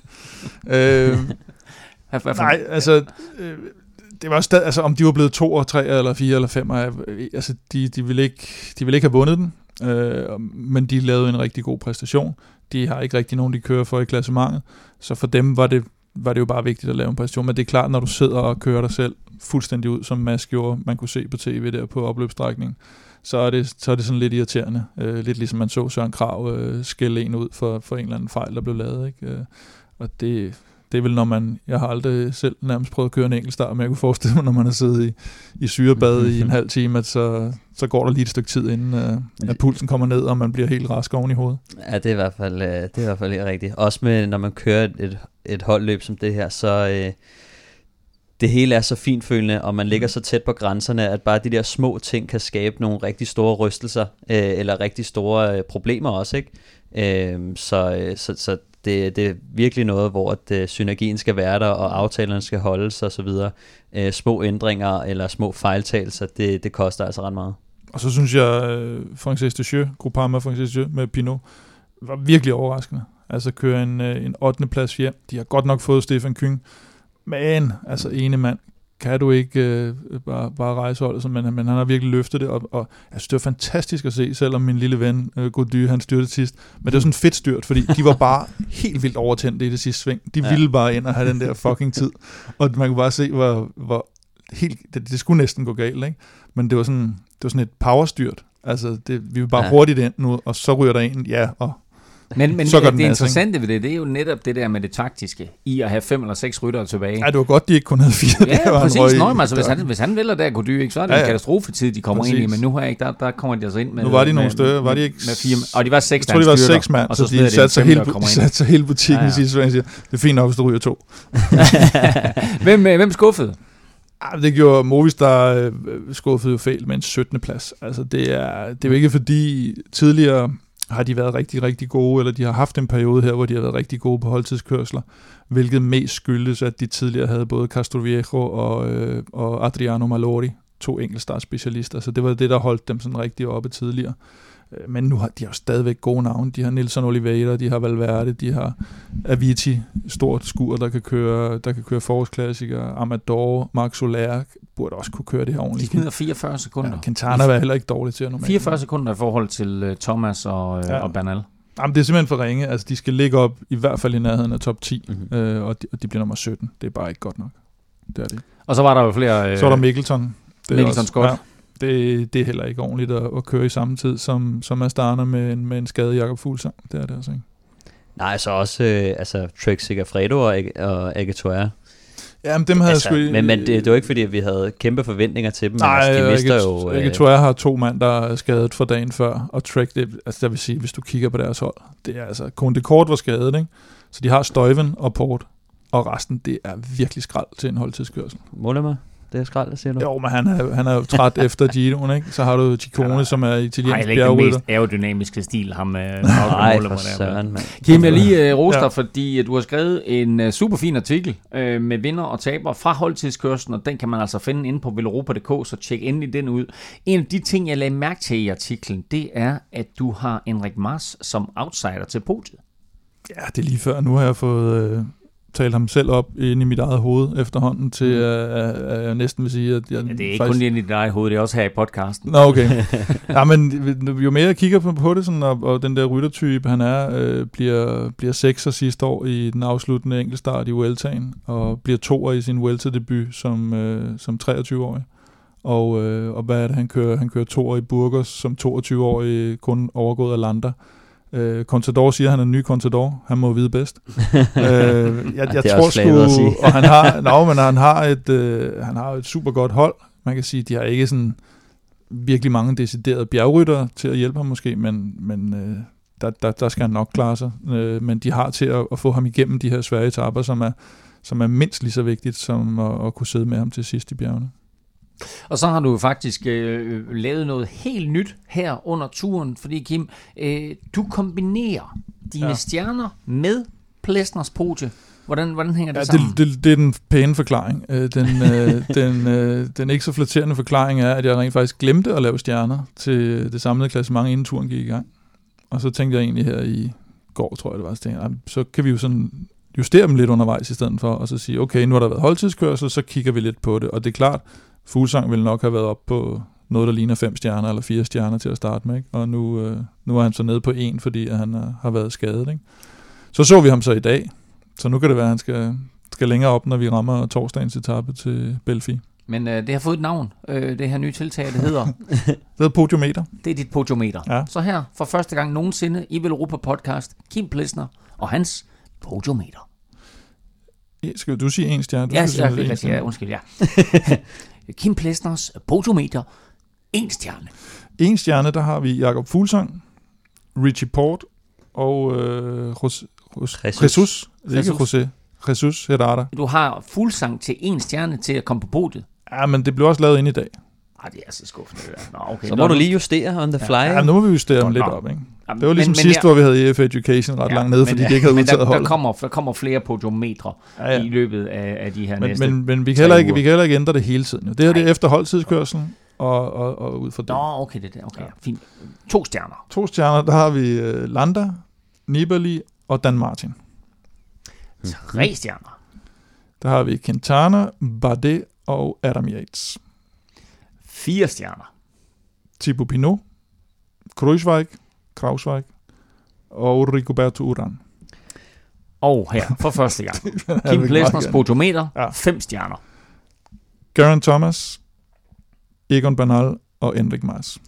Nej, altså det var stadig, altså om de var blevet 2 og 3 eller 4 eller 5, altså de ville ikke have vundet den, men de lavede en rigtig god præstation. De har ikke rigtig nogen, de kører for i klassementet, så for dem var det jo bare vigtigt at lave en præstation. Men det er klart, når du sidder og kører dig selv fuldstændig ud, som Mads gjorde, man kunne se på tv der på opløbsstrækningen, så er det sådan lidt irriterende. Lidt ligesom man så Søren Kragh skælde en ud for en eller anden fejl, der blev lavet, ikke? Og det Det er vel, når man... Jeg har aldrig selv nærmest prøvet at køre en enkeltstart, men jeg kunne forestille mig, når man har siddet i syrebad i en halv time, at så går der lige et stykke tid, inden at pulsen kommer ned, og man bliver helt rask oven i hovedet. Ja, det er i hvert fald helt rigtigt. Også med, når man kører et holdløb som det her, så det hele er så finfølende, og man ligger så tæt på grænserne, at bare de der små ting kan skabe nogle rigtig store rystelser, eller rigtig store problemer også, ikke? Så det er virkelig noget, hvor synergien skal være der, og aftalerne skal holdes og så videre. Små ændringer eller små fejltagelser, det koster altså ret meget. Og så synes jeg, Frances Deschamps, Groupama Frances Deschamps med Pinot, var virkelig overraskende. Altså køre en 8. plads hjem. De har godt nok fået Stefan Küng, men altså ene mand, kan du ikke bare rejse holdet, men han har virkelig løftet det, og jeg synes, det var fantastisk at se, selvom min lille ven Gody, han styrte sidst, men det var sådan fedt styrt, fordi de var bare helt vildt overtændte i det sidste sving. De ville bare ind og have den der fucking tid, og man kunne bare se, hvor helt, det skulle næsten gå galt, ikke? Men det var sådan et powerstyrt, altså vi var bare hurtigt ind nu, og så ryger der en, Men det interessante ved det er jo netop det der med det taktiske, i at have 5 eller 6 ryttere tilbage. Ja, det var godt, de ikke kun havde 4. Ja, præcis. Hvis han vælger der Gody, ikke, så er det en katastrofetid, de kommer ind i, men nu her ikke, der kommer de altså ind med. Nu var de nogle steder, var de ikke? Med 4, og de var 6 mand. Jeg tror, de var 6 mand, så de satte sig hele butikken i sidste sving. Det er fint nok, hvis du ryger 2. Hvem skuffede? Det gjorde Movistar skuffede jo fejl med en 17. plads. Altså det er jo ikke fordi tidligere har de været rigtig, rigtig gode, eller de har haft en periode her, hvor de har været rigtig gode på holdtidskørsler, hvilket mest skyldes, at de tidligere havde både Castroviejo og Adriano Malori, 2 enkeltstartspecialister, så det var det, der holdt dem sådan rigtig oppe tidligere. Men nu har de jo stadigvæk gode navne. De har Nelson Oliveira, de har Valverde, de har Aviti, stort skur, der kan køre forårsklassikere. Amador, Marc Soler burde også kunne køre det her ordentligt. De smider 44 sekunder. Ja, Quintana var heller ikke dårligt til at normalt. 44 sekunder i forhold til Thomas og Bernal. Jamen, det er simpelthen for ringe. Altså, de skal ligge op i hvert fald i nærheden af top 10, og de bliver nummer 17. Det er bare ikke godt nok. Det er det. Og så var der jo flere... Så var der Mikkelsen. Mikkelsen Scott. Ja. Det er heller ikke ordentligt at køre i samme tid, som Astana med en skade Jakob Fuglsang. Det er det altså ikke. Nej, så også Trek Segafredo og Agatoya. Ja, men dem havde sgu... Men det var ikke fordi, at vi havde kæmpe forventninger til dem. Nej, men de mister jo... Agatoya har 2 mand, der er skadet fra dagen før, og Trek, der vil sige, hvis du kigger på deres hold, det er altså... Kunde Kort var skadet, ikke? Så de har Stuyven og Port, og resten, det er virkelig skrald til en holdtidskørsel. Mollema? Det er skrald, siger du? Jo, men han er jo træt efter Giroen, ikke? Så har du Ciccone, som er italiensk bjergrytter. Nej, den mest aerodynamiske stil, ham med nej, for søren, mand. Kim, jeg lige roster, fordi du har skrevet en super fin artikel med vinder og taber fra holdtidskørslen, og den kan man altså finde inde på velropa.dk, så tjek endelig den ud. En af de ting, jeg lagde mærke til i artiklen, det er, at du har Enric Mas som outsider til podiet. Ja, det er lige før. Nu har jeg fået... tale ham selv op ind i mit eget hoved efterhånden til, at jeg næsten vil sige, at jeg... Ja, det er ikke kun ind i dit eget hoved, det er også her i podcasten. Nå, okay. Ja, men jo mere jeg kigger på det, sådan, og den der ryttertype, han er, bliver 6'er sidste år i den afsluttende enkeltstart i Vueltaen, og bliver 2'er i sin Vuelta-debut som 23-årig. Og hvad er det, han kører? Han kører 2'er i Burgos som 22-årig, kun overgået af Landa. Contador siger, at han er en ny Contador. Han må vide bedst. Jeg tror sgu, og han har et super godt hold. Man kan sige, de har ikke sådan virkelig mange deciderede bjergryttere til at hjælpe ham måske, men der skal han nok klare sig. Men de har til at få ham igennem de her svære etaper, som er mindst lige så vigtigt som at kunne sidde med ham til sidst i bjergene. Og så har du faktisk lavet noget helt nyt her under turen, fordi Kim, du kombinerer dine stjerner med Plesners podie. Hvordan hænger det sammen? Det er den pæne forklaring. Den ikke så flatterende forklaring er, at jeg rent faktisk glemte at lave stjerner til det samlede klassement, inden turen gik i gang. Og så tænkte jeg egentlig her i går, tror jeg det var, så kan vi jo sådan justere dem lidt undervejs i stedet for, og så sige, okay, nu har der været holdtidskørsel, så kigger vi lidt på det. Og det er klart, Fuglsang ville nok have været op på noget, der ligner 5 stjerner eller 4 stjerner til at starte med, ikke? Og nu er han så nede på 1, fordi han har været skadet, ikke? Så vi ham så i dag, så nu kan det være, at han skal længere op, når vi rammer torsdagens etape til Belfi. Men det har fået et navn, det her nye tiltag, det hedder... det hedder Podiometer. Det er dit podiometer. Ja. Så her, for første gang nogensinde i Velropa Podcast, Kim Plesner og hans podiometer. Skal du sige en stjerne? Ja, undskyld, ja. Kim Plesners Podometer, 1 stjerne. 1 stjerne, der har vi Jakob Fuglsang, Richie Port og Jesus. Det er ikke José. Jesus Herrera. Du har Fuglsang til 1 stjerne til at komme på podiet. Ja, men det blev også lavet ind i dag. Det er så skuffende. Nå, okay. Så må du lige justere on the fly. Ja, nu må vi justere dem lidt op, ikke? Det var ligesom sidst, hvor vi havde EF Education ret langt nede, fordi de ikke havde udtaget holdet. Der kommer flere podiometre i løbet af de her næste men vi kan heller ikke ændre det hele tiden. Jo. Det her det er efter holdtidskørselen og ud fra det. Nå, okay, det der. Okay, fint. 2 stjerner. 2 stjerner, der har vi Landa, Nibali og Dan Martin. 3 stjerner. Der har vi Quintana, Bardet og Adam Yates. 4 stjerner. Thibaut Pinot, Krauswijk og Rigoberto Urán. Og her, for første gang, Kim Plesners Podometer, 5 stjerner. Geraint Thomas, Egon Bernal og Enric Mas.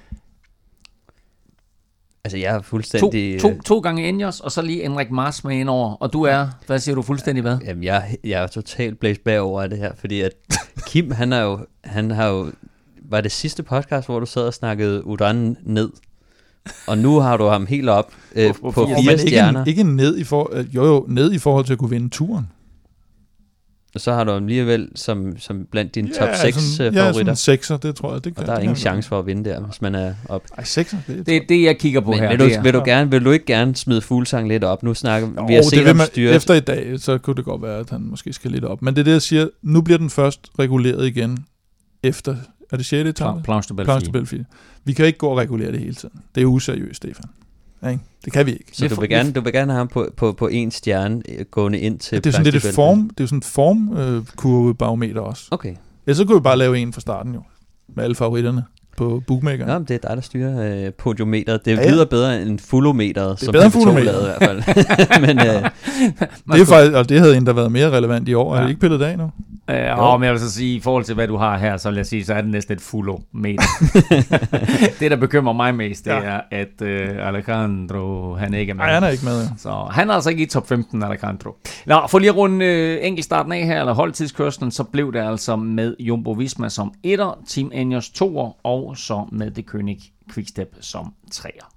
Altså, jeg er fuldstændig... To gange Ineos, og så lige Enric Mas med ind over. Og du er, hvad siger du, fuldstændig hvad? Jamen, jeg er totalt blæst bagover af det her, fordi at Kim, han har jo... Var det sidste podcast, hvor du sad og snakkede Urán ned? Og nu har du ham helt op på 4 stjerner. Ikke ned ned i forhold til at kunne vinde turen. Og så har du ham alligevel som blandt dine top 6 favoritter. Ja, sådan 6'er, det tror jeg. Det kan, og der er ingen chance for at vinde der, hvis man er op. 6'er? Det jeg kigger på her. Vil du ikke gerne smide Fuglsang lidt op? Nu snakker vi har set ham styre. Efter i dag, så kunne det godt være, at han måske skal lidt op. Men det er det, jeg siger. Nu bliver den først reguleret igen efter... Er det 6. etape? Planche de Belfi. Vi kan ikke gå og regulere det hele tiden. Det er useriøst, Stefan. Ja, ikke? Det kan vi ikke. Så du vil gerne have ham på 1 stjerne gående ind til det er sådan lidt det er jo sådan et formkurvebarometer også. Okay. Ellers så kunne vi bare lave en fra starten jo. Med alle favoritterne på bookmakeren. Ja, det er dig, der styrer podiometeret. Det er videre bedre end fullometeret. Det er bedre end fullometeret i hvert fald. Men, det er faktisk, og det havde endda været mere relevant i år. Er det ikke pillet af nu? Men jeg vil så sige, i forhold til hvad du har her, så vil jeg sige, så er det næsten et fullometer. Det, der bekymrer mig mest, det er, at Alejandro, han ikke er med. Nej, han er ikke med. Ja. Så han er altså ikke i top 15, Alejandro. Nå, for lige at runde enkeltstarten af her, eller holdtidskørslen, så blev det altså med Jumbo Visma som 1'er, Team Ineos 2'er, og så med The König Quickstep som 3'er.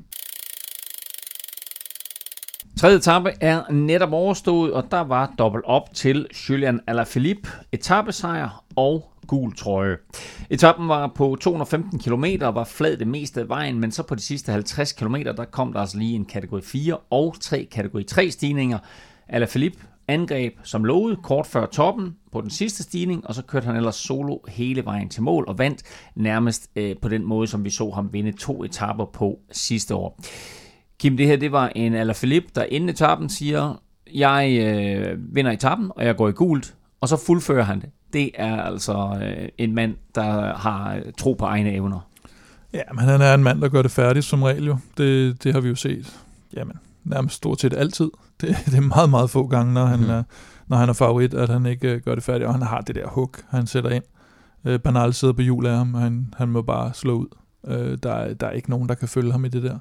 Tredje etape er netop overstået, og der var dobbelt op til Julian Alaphilippe, etapesejr og gul trøje. Etappen var på 215 km og var flad det meste af vejen, men så på de sidste 50 km, der kom der altså lige en kategori 4 og 3 kategori 3 stigninger. Alaphilippe angreb som lovet kort før toppen på den sidste stigning, og så kørte han ellers solo hele vejen til mål og vandt nærmest på den måde, som vi så ham vinde 2 etaper på sidste år. Kim, det her, det var en Alaphilippe, der inden etappen siger, jeg vinder etappen, og jeg går i gult, og så fuldfører han det. Det er altså en mand, der har tro på egne evner. Ja, men han er en mand, der gør det færdigt som regel jo. Det har vi jo set. Jamen, nærmest stort set altid. Det er meget, meget få gange, når han er favorit, at han ikke gør det færdigt, og han har det der hook, han sætter ind. Bernal sidder på hjul af ham, og han må bare slå ud. Der er ikke nogen, der kan følge ham i det der.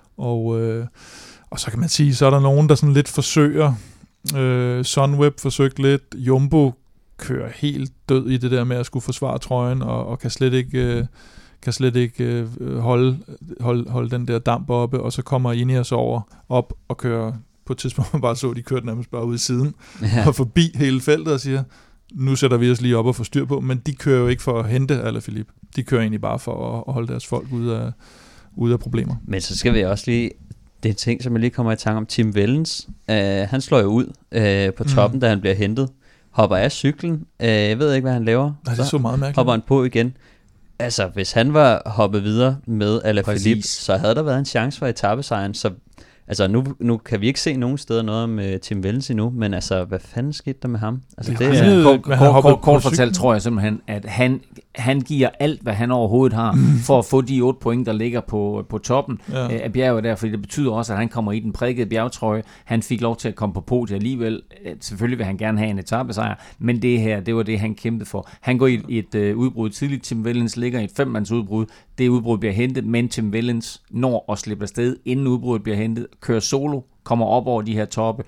Og så kan man sige, så er der nogen, der sådan lidt forsøger. Sunweb forsøgte lidt. Jumbo kører helt død i det der med at skulle forsvare trøjen, og kan slet ikke holde den der damp oppe, og så kommer Ineos op og kører på et tidspunkt, bare så de kørte nærmest bare ud i siden, og forbi hele feltet og siger, nu sætter vi os lige op og får styr på, men de kører jo ikke for at hente Alaphilippe. De kører egentlig bare for at holde deres folk ude af problemer. Men så skal vi også lige, det er ting, som jeg lige kommer i tanke om, Tim Wellens, han slår jo ud på toppen, da han bliver hentet, hopper af cyklen, jeg ved ikke, hvad han laver. Nej, det er så meget mærkeligt. Hopper han på igen. Altså, hvis han var hoppet videre med Alaphilippe, så havde der været en chance for etapesejren, så altså, nu kan vi ikke se nogen steder noget om Tim Wellens endnu, men altså, hvad fanden skete der med ham? Altså, det er kort fortalt, tror jeg simpelthen, at han giver alt, hvad han overhovedet har, for at få de 8 point, der ligger på toppen af bjerget der, fordi det betyder også, at han kommer i den prikkede bjergtrøje. Han fik lov til at komme på podiet alligevel. Selvfølgelig vil han gerne have en etapesejr, men det her, det var det, han kæmpede for. Han går i et udbrud tidligt. Tim Wellens ligger i et 5-mands udbrud. Det udbrud bliver hentet, men Tim Wellens når at slippe afsted, inden udbruddet bliver hentet, kører solo, kommer op over de her toppe,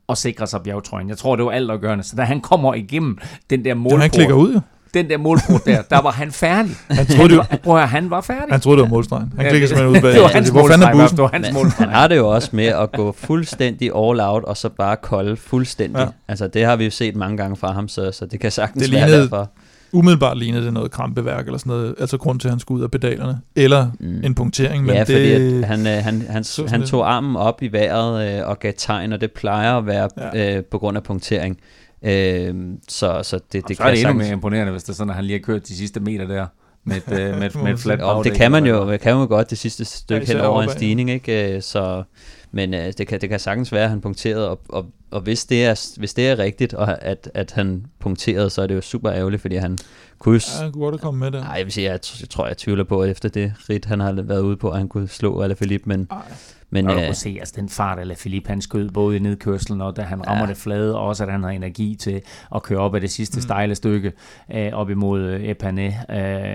og sikre sig bjergtrøjen. Jeg tror, det var altafgørende. Så da han kommer igennem den der målport, han klikker ud, jo. Den der målport der var han færdig. Han var færdig. Han troede, det var målstregen. Han klikker simpelthen ud bag. Det var hans målstreg. Han har det jo også med at gå fuldstændig all out, og så bare kolde fuldstændig. Ja. Altså, det har vi jo set mange gange fra ham, så det kan sagtens være derfor. Umiddelbart lignede det noget krampeværk eller sådan noget, altså grund til, at han skulle ud af pedalerne, eller en punktering. Men ja, det, fordi han tog armen op i vejret og gav tegn, og det plejer at være på grund af punktering. Så det er det endnu mere imponerende, hvis det er sådan, at han lige har kørt de sidste meter der med et flat bagdæk. Det kan man jo godt det sidste stykke hen over en stigning, ikke? Men det kan sagtens være, at han punkterede, og hvis det er rigtigt, og at han punkterede, så er det jo super ærgerligt, fordi han kunne... Ja, godt at komme med det. Nej, jeg vil sige, jeg tvivler på, at efter det ridt, han har været ude på, at han kunne slå Alaphilippe, men og du kan se, altså den fart, Alaphilippe, han skød både i nedkørslen, og da han rammer det flade, og også at han har energi til at køre op ad det sidste stejle stykke op imod Epernay.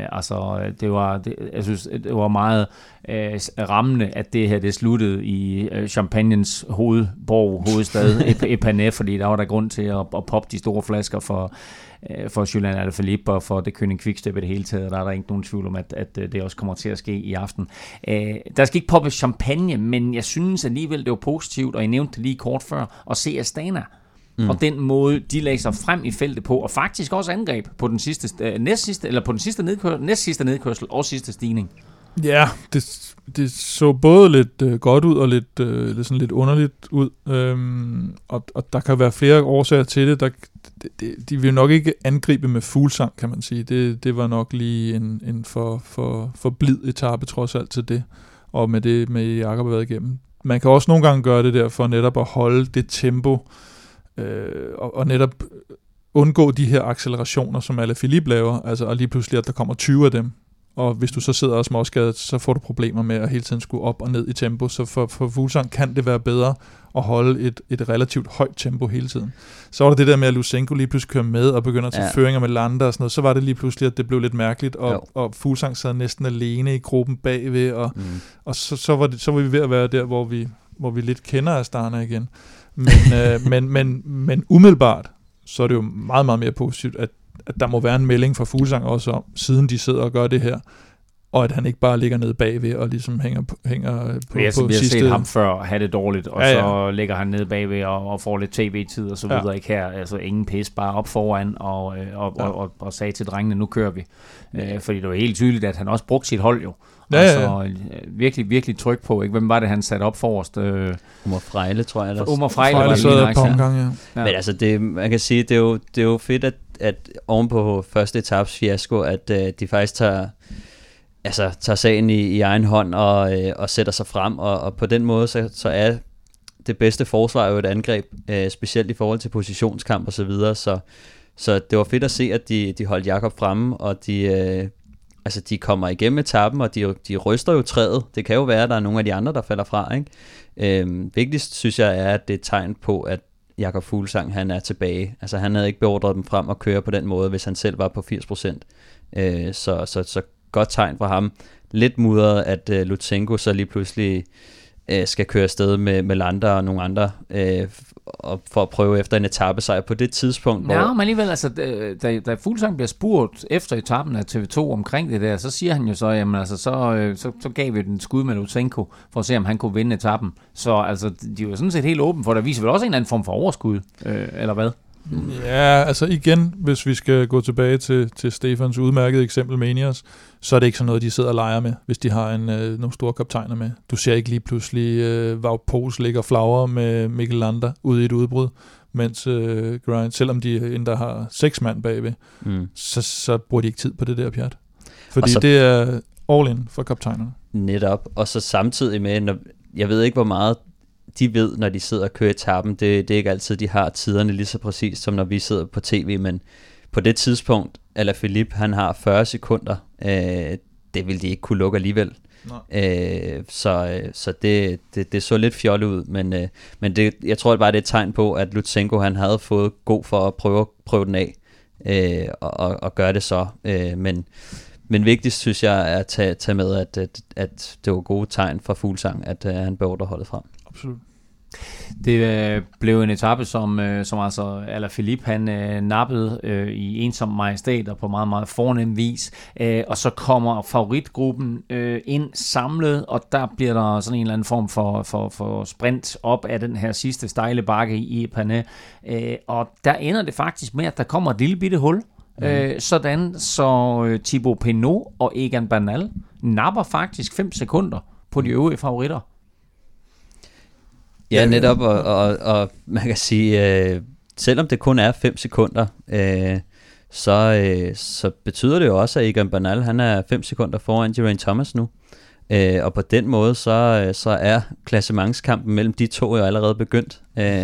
Jeg synes, det var meget rammende, at det her det sluttede i Champagnes hovedstad, Epernay, fordi der var der grund til at poppe de store flasker for Julian Alaphilippe og for det Koenig Quickstep i det hele taget. Der er der ikke nogen tvivl om, at det også kommer til at ske i aften. Der skal ikke poppes champagne, men jeg synes alligevel, det var positivt, og I nævnte det lige kort før, at se Astana. Og den måde, de lagde sig frem i feltet på, og faktisk også angreb på den næstsidste nedkørsel og sidste stigning. Ja, det så både lidt godt ud og lidt underligt ud, og der kan være flere årsager til det. De vil nok ikke angribe med Fuglsang, kan man sige. Det var nok lige en for blid etape trods alt til det, og med det med Jakob har været igennem. Man kan også nogle gange gøre det der for netop at holde det tempo, og netop undgå de her accelerationer, som Alaphilippe laver, altså og lige pludselig, at der kommer 20 af dem. Og hvis du så sidder og småskadet, så får du problemer med at hele tiden skulle op og ned i tempo. Så for Fuglsang kan det være bedre at holde et relativt højt tempo hele tiden. Så var der det der med, at Lutsenko lige pludselig kører med og begynder at tage føringer med Landa og sådan noget. Så var det lige pludselig, at det blev lidt mærkeligt, og Fuglsang sad næsten alene i gruppen bagved, og så var vi ved at være der, hvor vi lidt kender Astana igen. Men umiddelbart, så er det jo meget, meget mere positivt, at der må være en melding fra Fuglsang også om, siden de sidder og gør det her, og at han ikke bare ligger nede bagved og ligesom hænger på vi har sidste... set ham før have det dårligt, og så ligger han nede bagved og får lidt tv-tid og så videre. Ikke her, altså ingen pis, bare op foran og sagde til drengene, nu kører vi. Fordi det var helt tydeligt, at han også brugte sit hold jo. Altså virkelig, virkelig tryk på, ikke? Hvem var det, han satte op forrest? Omar Freile, tror jeg. Omar Freile var det lige nok, Men altså, man kan sige, det er jo fedt, at oven på første etaps fiasko, at de faktisk tager sagen i egen hånd og sætter sig frem, og på den måde, så er det bedste forsvar jo et angreb, specielt i forhold til positionskamp og så videre, så det var fedt at se, at de holdt Jakob fremme, og de kommer igennem etappen, og de ryster jo træet. Det kan jo være, at der er nogle af de andre, der falder fra, ikke? Vigtigst, synes jeg, er, at det er et tegn på, at Jakob Fuglsang, han er tilbage. Altså, han havde ikke beordret dem frem og køre på den måde, hvis han selv var på 80%. Så godt tegn fra ham. Lidt mudret, at Lutsenko så lige pludselig skal køre afsted med Landa og nogle andre, og for at prøve efter en etapesejr på det tidspunkt. Hvor... Ja, men alligevel, altså, da Fuglsang bliver spurgt efter etappen af TV2 omkring det der, så siger han jo så, jamen altså, så gav vi den skud med Lutsenko, for at se, om han kunne vinde etappen. Så altså, de var sådan set helt åbne for, der viser vel også en eller anden form for overskud, eller hvad? Ja, altså igen, hvis vi skal gå tilbage til Stefans udmærkede eksempel med Ineos, så er det ikke sådan noget, de sidder og leger med, hvis de har nogle store kaptajner med. Du ser ikke lige pludselig Wout Poels ligger flagre med Mikkel Landa ude i et udbrud, mens Grind, selvom de endda har 6 mand bagved, så bruger de ikke tid på det der pjat. Fordi så, det er all in for kaptajnerne. Netop, og så samtidig med, jeg ved ikke hvor meget de ved, når de sidder og kører etappen. Det er ikke altid, de har tiderne lige så præcist, som når vi sidder på tv, men på det tidspunkt, Alaphilippe, han har 40 sekunder. Det vil de ikke kunne lukke alligevel. Så det så lidt fjollet ud, men jeg tror bare, det er et tegn på, at Lutsenko, han havde fået god for at prøve den af, og gøre det så. Men vigtigst, synes jeg, er at tage med, at det var gode tegn fra Fuglsang, at han beordrer holdet frem. Absolut. Det blev en etape, som altså Alaphilippe han nappede i ensom majestæt og på meget, meget fornem vis. Og så kommer favoritgruppen ind samlet, og der bliver der sådan en eller anden form for sprint op af den her sidste stejle bakke i Epernay. Og der ender det faktisk med, at der kommer et lille bitte hul. Sådan så Thibaut Pinot og Egan Bernal napper faktisk 5 sekunder på de øvrige favoritter. Ja, netop, og man kan sige, selvom det kun er 5 sekunder, så betyder det jo også, at Egan Bernal, han er 5 sekunder foran Geraint Thomas nu. Og på den måde, så er klassementskampen mellem de to jo allerede begyndt.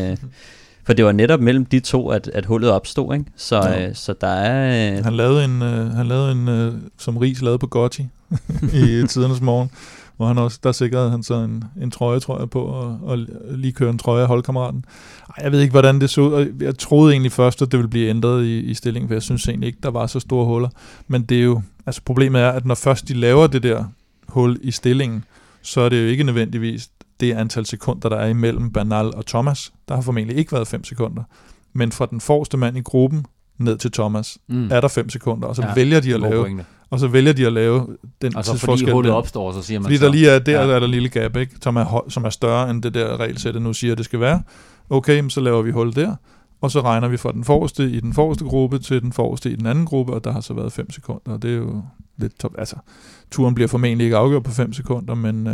For det var netop mellem de to, at hullet opstod, ikke? Så der er... Han lavede en som Riis lavede på Gotti i tidernes morgen, hvor han også, der sikrede han så en trøje, tror jeg, på, og lige køre en trøje af holdkammeraten. Jeg ved ikke, hvordan det så ud, og jeg troede egentlig først, at det ville blive ændret i stillingen, for jeg synes egentlig ikke, der var så store huller. Men det er jo, altså problemet er, at når først de laver det der hul i stillingen, så er det jo ikke nødvendigvis det antal sekunder, der er imellem Bernal og Thomas. Der har formentlig ikke været 5 sekunder. Men fra den forreste mand i gruppen ned til Thomas, er der 5 sekunder, og så vælger de at lave... Og så vælger de at lave den altså fordi hullet opstår, så siger man fordi så. Der lige er er der lille gap, ikke? Som er større end det der regelsættet nu siger, det skal være. Okay, så laver vi hul der, og så regner vi fra den forreste i den forreste gruppe til den forreste i den anden gruppe, og der har så været 5 sekunder, og det er jo lidt top. Altså, turen bliver formentlig ikke afgjort på 5 sekunder, men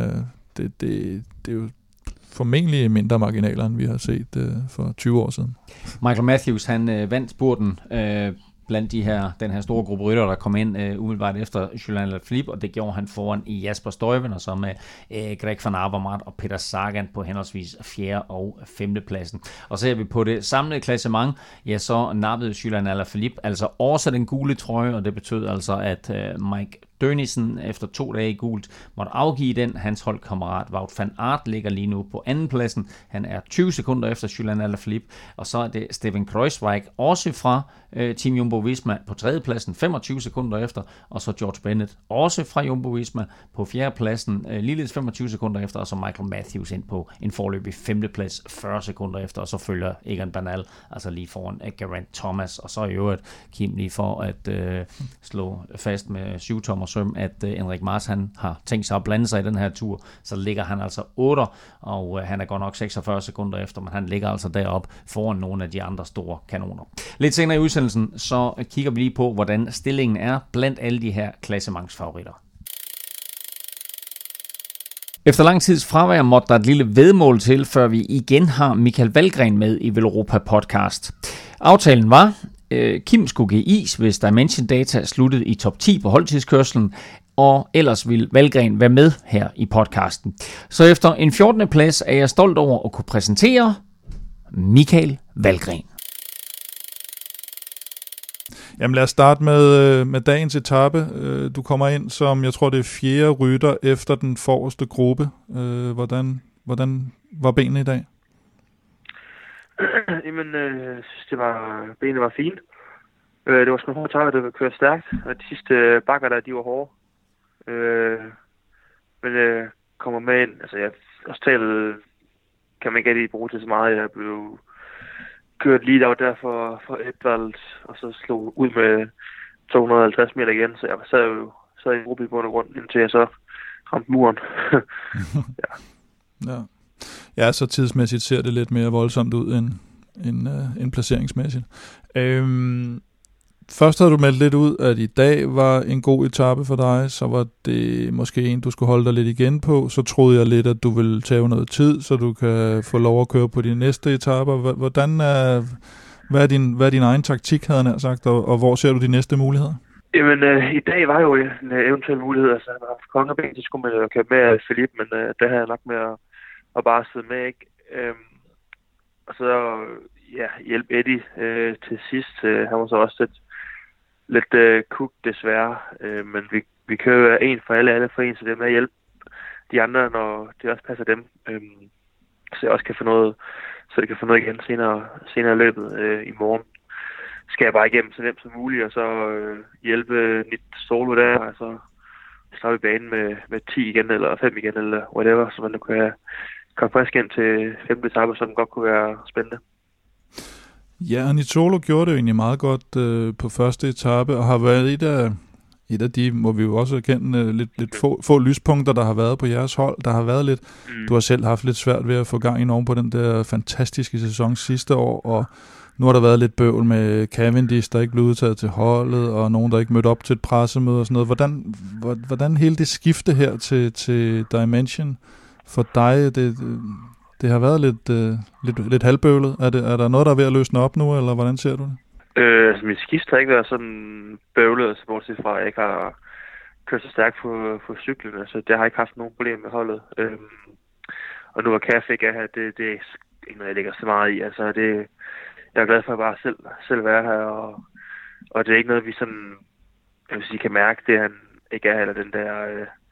det er jo formentlig mindre marginaler, end vi har set for 20 år siden. Michael Matthews, han vandt spurten blandt den her store gruppe rytter, der kom ind umiddelbart efter Julian Alaphilippe, og det gjorde han foran i Jasper Stuyven, og så med Greg van Avermaet og Peter Sagan på henholdsvis 4. og 5. pladsen. Og ser vi på det samlede klassement, ja, så nappede Julian Alaphilippe altså også den gule trøje, og det betød altså, at Mike Dønisen efter 2 dage i gult måtte afgive den. Hans holdkammerat Wout van Aert ligger lige nu på 2. pladsen. Han er 20 sekunder efter Julian Alaphilippe, og så er det Steven Kruijswijk også fra Team Jumbo-Visma på 3. pladsen, 25 sekunder efter, og så George Bennett også fra Jumbo-Visma på 4. pladsen, ligeledes 25 sekunder efter, og så Michael Matthews ind på en forløbig 5. plads, 40 sekunder efter, og så følger Egan Bernal altså lige foran Geraint Thomas, og så i øvrigt Kim lige for at slå fast med 7-tommer søm, at Enric Mas han har tænkt sig at blande sig i den her tur, så ligger han altså 8, og han er godt nok 46 sekunder efter, men han ligger altså deroppe foran nogle af de andre store kanoner. Lidt senere i udsendelsen, så kigger vi lige på, hvordan stillingen er blandt alle de her klassementsfavoritter. Efter lang tids fravær måtte der et lille vedmål til, før vi igen har Michael Valgren med i Veloropa podcast. Aftalen var, Kim skulle give is, hvis Dimension Data sluttede i top 10 på holdtidskørslen, og ellers vil Valgren være med her i podcasten. Så efter en 14. plads er jeg stolt over at kunne præsentere Michael Valgren. Jamen lad os starte med dagens etape. Du kommer ind som, jeg tror det er 4. rytter efter den forreste gruppe. Hvordan var benene i dag? Jamen, jeg synes, benene var fine. Det var sgu en hård etape, der kørte stærkt, og de sidste bakker der, de var hårde. Men kommer med ind, altså jeg også talt, kan man ikke rigtig bruge til så meget. Jeg blev kørt lige der for Edvald, og så slog ud med 250 meter igen, så jeg sad i gruppe i bund og grund, indtil jeg så ramte muren. Ja, så tidsmæssigt ser det lidt mere voldsomt ud end placeringsmæssigt. Først havde du meldt lidt ud, at i dag var en god etape for dig, så var det måske en, du skulle holde dig lidt igen på. Så troede jeg lidt, at du ville tage noget tid, så du kan få lov at køre på de næste etaper. Hvad er din egen taktik, havde han sagt, og hvor ser du de næste muligheder? Jamen, i dag var jo en eventuel mulighed. Altså, han har haft kongeben, så skulle man jo køre med Philippe, men det har jeg nok med at bare sidde med, ikke? Og så hjælpe Eddie til sidst. Han var så også lidt cook desværre, men vi kører en for alle for en, så det er med at hjælpe de andre, når det også passer dem, så jeg også kan få noget, så det kan få noget igen senere i løbet i morgen. Skal jeg bare igennem så nemt som muligt, og så hjælpe Nit Solo der, og så slår vi banen med 10 igen, eller 5 igen, eller whatever, så man nu kan komme frisk ind til 5. etape, så den godt kunne være spændende. Ja, og Nizzolo gjorde det jo egentlig meget godt på første etape, og har været et af de, må vi jo også erkende, lidt få lyspunkter, der har været på jeres hold. Der har været lidt, du har selv haft lidt svært ved at få gang i nogen på den der fantastiske sæson sidste år, og nu har der været lidt bøvl med Cavendish, der ikke blev udtaget til holdet, og nogen, der ikke mødte op til et pressemøde og sådan noget. Hvordan hele det skifte her til Dimension for dig, det har været lidt halvbøvlet. Er der noget, der er ved at løsne op nu, eller hvordan ser du det? Altså, mit skift har ikke været sådan bøvlet, altså, bortset fra, at jeg ikke har kørt så stærkt på cyklen. Altså, det har ikke haft nogen problemer med holdet. Og nu er kaffe ikke her, det er ikke noget, jeg lægger så meget i. Altså, jeg er glad for at bare selv være her, og det er ikke noget, vi sådan, jeg vil sige, kan mærke, det han ikke er, eller den der,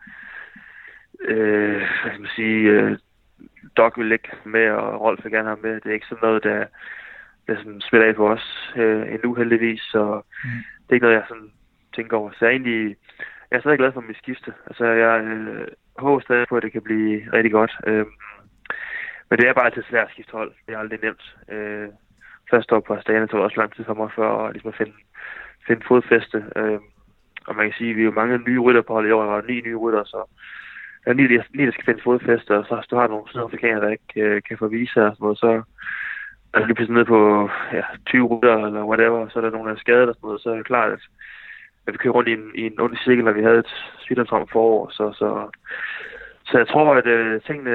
hvad skal man sige, Doc vil ikke med, og Rolf vil gerne have med. Det er ikke sådan noget, der sådan smitter af på os endnu heldigvis, så det er ikke noget, jeg sådan tænker over. Så jeg er stadig glad for mit skifte. Altså, jeg håber stadig på, at det kan blive rigtig godt. Men det er bare altid svært at skifte hold. Det er aldrig nemt. Første år på Astana tog også lang tid for mig før at ligesom finde fodfæste. Og man kan sige, at vi er jo mange nye rytter på holdet i år. Der var 9 nye rytter, så der er 9, der skal finde fodfæste, og så hvis du har nogle sydafrikanere, der ikke kan få visa og sådan noget, så er lige pludselig nede på 20 rytter eller whatever, så er der nogen, der er skadet og sådan noget, så er det klart, at vi kører rundt i en ond cirkel, når vi havde et sygdomsramt forår. Så jeg tror, at tingene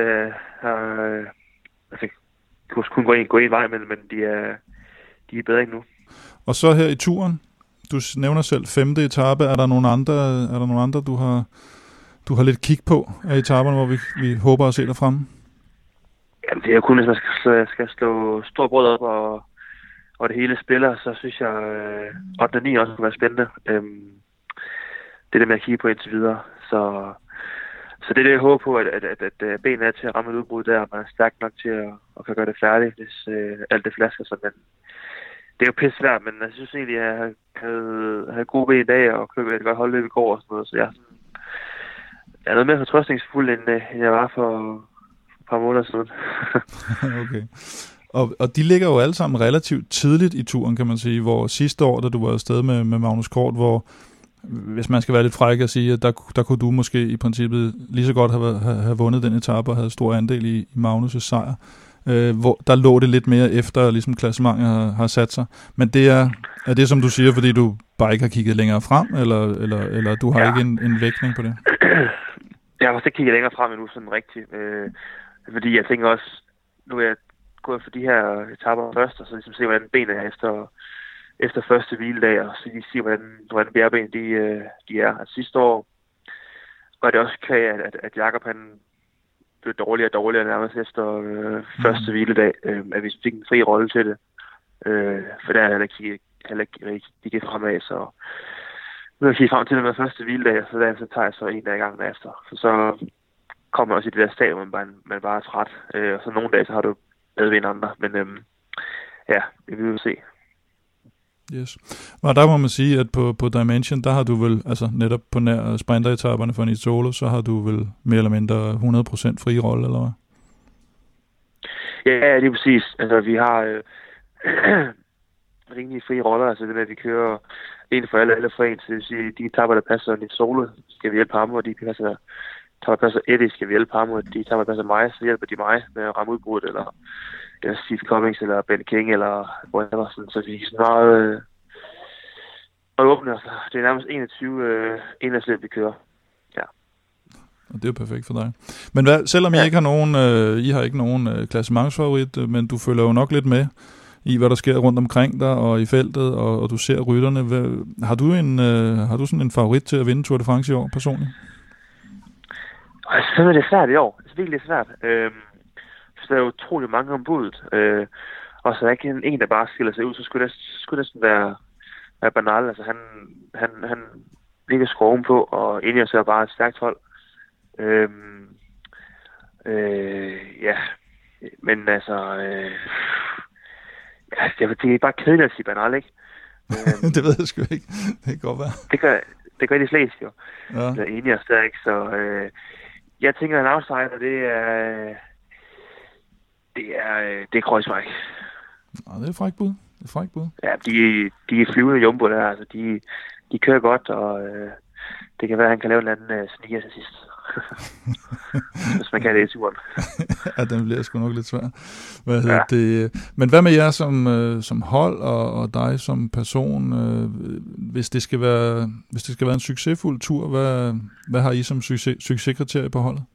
kunne kun gå en vej, men de er bedre end nu. Og så her i turen, du nævner selv 5. etape, er der nogle andre du har lidt kig på af etaperne, hvor vi håber at se dig fremme? Jamen, det er jo kun, hvis man skal slå stor brød op, og det hele spiller, så synes jeg, 8. og 9 også kunne være spændende. Det er det med at kigge på indtil videre. Så det er det, jeg håber på, at benene er til at ramme et udbrud der, og man er stærk nok til at kan gøre det færdigt, hvis alt det flasker sig. Men det er jo pisse svært, men jeg synes egentlig, at jeg havde gode ben i dag, og købte et godt holdløb i går og sådan noget, så jeg er noget mere fortrøstningsfuld, end jeg var for et par måneder siden. Okay. Og de ligger jo alle sammen relativt tidligt i turen, kan man sige, hvor sidste år, da du var afsted med Magnus Kort, hvor, hvis man skal være lidt fræk at sige, at der kunne du måske i princippet lige så godt have vundet den etape og havde stor andel i Magnus' sejr. Hvor der lå det lidt mere efter, ligesom klassementet har sat sig. Men det er det, som du siger, fordi du bare ikke har kigget længere frem, eller du har ikke en vægtning på det? Jeg har også ikke kigget længere frem endnu sådan rigtigt. Fordi jeg tænker også, nu er jeg gået for de her etaper først, og så ligesom se, hvordan benene er efter første hviledag, og så lige se, hvordan bjergben de er. Altså, sidste år var det også kvæg, at Jakob han blev dårligere og dårligere nærmest efter første hviledag, at vi fik en fri rolle til det. For der er heller ikke kigget fremad, så nu har jeg kigget frem til det med første hviledag, og så tager jeg så en dag i gangen efter. Så kommer jeg også i det der stadium, man bare er træt, og så nogle dage, så har du medvind andre, men vi vil jo se. Yes. Og der må man sige, at på Dimension, der har du vel, altså netop på nær sprinteretaperne for Nizzolo, så har du vel mere eller mindre 100% fri rolle, eller hvad? Ja, det er præcis. Altså, vi har rimelig frie roller, altså det med, at vi kører en for alle for en, så det vil sige, de etapper, der passer Nizzolo, skal vi hjælpe ham, og de etapper, der passer Eddie, skal vi hjælpe ham, og de etapper, der passer mig, så hjælper de mig med at ramme udbruddet, eller Steve Cummings, eller Ben King, eller whatever, så vi er sådan meget åbne, altså. Det er nærmest 21 enhedsløb, vi kører. Ja. Og det er jo perfekt for dig. Men selvom I ikke har nogen klassementsfavorit, men du følger jo nok lidt med i, hvad der sker rundt omkring dig og i feltet, og du ser rytterne. Har du sådan en favorit til at vinde Tour de France i år, personligt? Så er det svært i år. Det er virkelig svært. Så der er utrolig mange om budet. Og så er ikke en, der bare skiller sig ud, så skulle det næsten være Bernal. Altså han ligger skroven på, og Ineos er bare et stærkt hold. Men altså... det er bare kedeligt at sige Bernal, ikke? Det ved jeg sgu ikke. Det kan godt være. Det gør de fleste jo. Ja. Ineos der, ikke? Så jeg tænker, en outsider, det er... Det er Kreuzweig. Nå, det er frækt bud. Ja, de er flyvende jumbo der, altså de kører godt, og det kan være, at han kan lave en eller anden sniger til sidst. Hvis man kan det i turen. Ja, den bliver sgu nok lidt svær. Men hvad med jer som hold og dig som person? Hvis det skal være en succesfuld tur, hvad har I som succeskriterie på holdet?